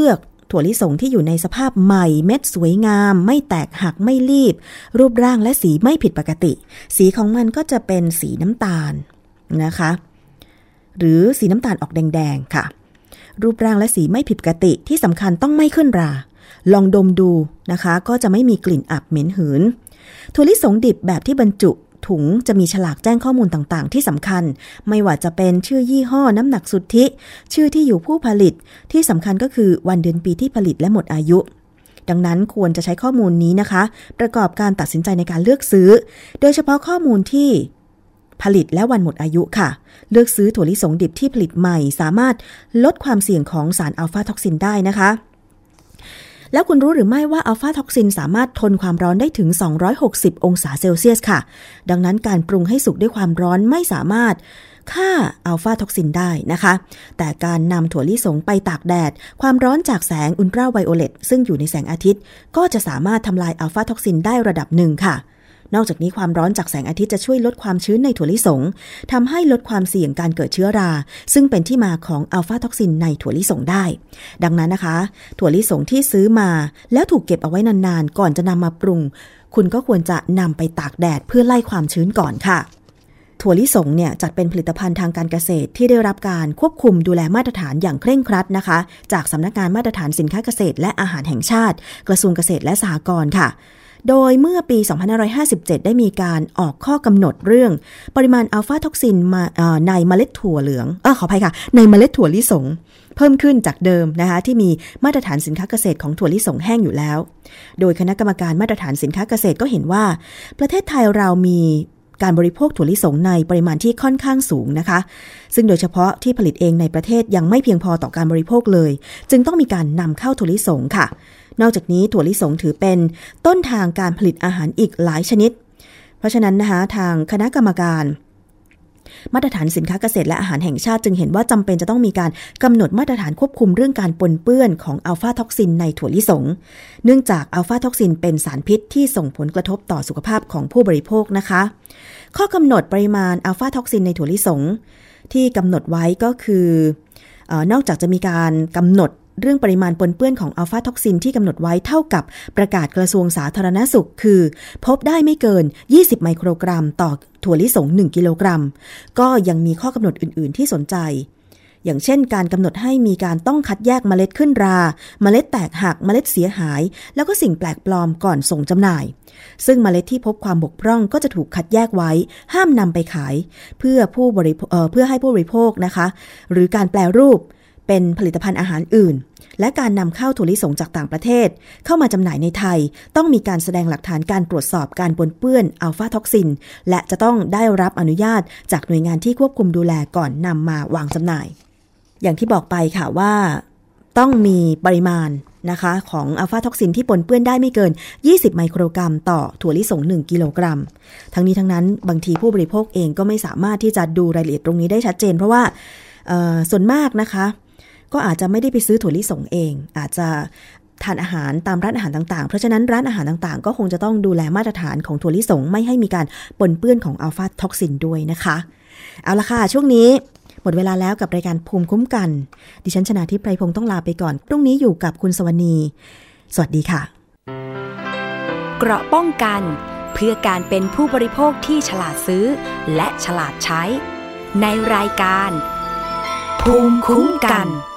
ถั่วลิสงที่อยู่ในสภาพใหม่เม็ดสวยงามไม่แตกหักไม่รีบรูปร่างและสีไม่ผิดปกติสีของมันก็จะเป็นสีน้ำตาลนะคะหรือสีน้ำตาลออกแดงๆค่ะรูปร่างและสีไม่ผิดปกติที่สำคัญต้องไม่ขึ้นราลองดมดูนะคะก็จะไม่มีกลิ่นอับเหม็นหืนถั่วลิสงดิบแบบที่บรรจุถุงจะมีฉลากแจ้งข้อมูลต่างๆที่สำคัญไม่ว่าจะเป็นชื่อยี่ห้อน้ำหนักสุทธิชื่อที่อยู่ผู้ผลิตที่สำคัญก็คือวันเดือนปีที่ผลิตและหมดอายุดังนั้นควรจะใช้ข้อมูลนี้นะคะประกอบการตัดสินใจในการเลือกซื้อโดยเฉพาะข้อมูลที่ผลิตและวันหมดอายุค่ะเลือกซื้อถั่วลิสงดิบที่ผลิตใหม่สามารถลดความเสี่ยงของสารอัลฟาท็อกซินได้นะคะแล้วคุณรู้หรือไม่ว่าอัลฟาท็อกซินสามารถทนความร้อนได้ถึง260องศาเซลเซียสค่ะดังนั้นการปรุงให้สุกด้วยความร้อนไม่สามารถฆ่าอัลฟาท็อกซินได้นะคะแต่การนำถั่วลิสงไปตากแดดความร้อนจากแสงอุลตราไวโอเลตซึ่งอยู่ในแสงอาทิตย์ก็จะสามารถทำลายอัลฟาท็อกซินได้ระดับหนึ่งค่ะนอกจากนี้ความร้อนจากแสงอาทิตย์จะช่วยลดความชื้นในถั่วลิสงทำให้ลดความเสี่ยงการเกิดเชื้อราซึ่งเป็นที่มาของอัลฟาท็อกซินในถั่วลิสงได้ดังนั้นนะคะถั่วลิสงที่ซื้อมาแล้วถูกเก็บเอาไว้นานๆก่อนจะนำมาปรุงคุณก็ควรจะนำไปตากแดดเพื่อไล่ความชื้นก่อนค่ะถั่วลิสงเนี่ยจัดเป็นผลิตภัณฑ์ทางการเกษตรที่ได้รับการควบคุมดูแลมาตรฐานอย่างเคร่งครัดนะคะจากสำนักงานมาตรฐานสินค้าเกษตรและอาหารแห่งชาติกระทรวงเกษตรและสหกรณ์ค่ะโดยเมื่อปี2557ได้มีการออกข้อกำหนดเรื่องปริมาณอัลฟาท็อกซินในเมล็ดถั่วเหลืองขออภัยค่ะในเมล็ดถั่วลิสงเพิ่มขึ้นจากเดิมนะคะที่มีมาตรฐานสินค้าเกษตรของถั่วลิสงแห้งอยู่แล้วโดยคณะกรรมการมาตรฐานสินค้าเกษตรก็เห็นว่าประเทศไทยเรามีการบริโภคถั่วลิสงในปริมาณที่ค่อนข้างสูงนะคะซึ่งโดยเฉพาะที่ผลิตเองในประเทศยังไม่เพียงพอต่อการบริโภคเลยจึงต้องมีการนำเข้าถั่วลิสงค่ะนอกจากนี้ถั่วลิสงถือเป็นต้นทางการผลิตอาหารอีกหลายชนิดเพราะฉะนั้นนะคะทางคณะกรรมการมาตรฐานสินค้าเกษตรและอาหารแห่งชาติจึงเห็นว่าจำเป็นจะต้องมีการกำหนดมาตรฐานควบคุมเรื่องการปนเปื้อนของอัลฟาท็อกซินในถั่วลิสงเนื่องจากอัลฟาท็อกซินเป็นสารพิษที่ส่งผลกระทบต่อสุขภาพของผู้บริโภคนะคะข้อกำหนดปริมาณอัลฟาท็อกซินในถั่วลิสงที่กำหนดไว้ก็คือนอกจากจะมีการกำหนดเรื่องปริมาณปนเปื้อนของอัลฟาท็อกซินที่กำหนดไว้เท่ากับประกาศกระทรวงสาธารณสุขคือพบได้ไม่เกิน20ไมโครกรัมต่อถั่วลิสง1กิโลกรัมก็ยังมีข้อกำหนดอื่นๆที่สนใจอย่างเช่นการกำหนดให้มีการต้องคัดแยกเมล็ดขึ้นราเมล็ดแตกหักเมล็ดเสียหายแล้วก็สิ่งแปลกปลอมก่อนส่งจำหน่ายซึ่งเมล็ดที่พบความบกพร่องก็จะถูกคัดแยกไว้ห้ามนำไปขายเพื่อให้ผู้บริโภคนะคะหรือการแปรรูปเป็นผลิตภัณฑ์อาหารอื่นและการนำเข้าถั่วลิสงจากต่างประเทศเข้ามาจำหน่ายในไทยต้องมีการแสดงหลักฐานการตรวจสอบการปนเปื้อนอัลฟาท็อกซินและจะต้องได้รับอนุญาตจากหน่วยงานที่ควบคุมดูแลก่อนนำมาวางจำหน่ายอย่างที่บอกไปค่ะว่าต้องมีปริมาณนะคะของอัลฟาท็อกซินที่ปนเปื้อนได้ไม่เกิน20ไมโครกรัมต่อถั่วลิสง1กิโลกรัมทั้งนี้ทั้งนั้นบางทีผู้บริโภคเองก็ไม่สามารถที่จะดูรายละเอียดตรงนี้ได้ชัดเจนเพราะว่าส่วนมากนะคะก็อาจจะไม่ได้ไปซื้อถั่วลิสงเองอาจจะทานอาหารตามร้านอาหารต่างๆเพราะฉะนั้นร้านอาหารต่างๆก็คงจะต้องดูแลมาตรฐานของถั่วลิสงไม่ให้มีการปนเปื้อนของอัลฟาท็อกซินด้วยนะคะเอาละค่ะช่วงนี้หมดเวลาแล้วกับรายการภูมิคุ้มกันดิฉันชนาธิป ไพรพงศ์ต้องลาไปก่อนพรุ่งนี้อยู่กับคุณสวนีสวัสดีค่ะเกราะป้องกันเพื่อการเป็นผู้บริโภคที่ฉลาดซื้อและฉลาดใช้ในรายการภูมิคุ้มกัน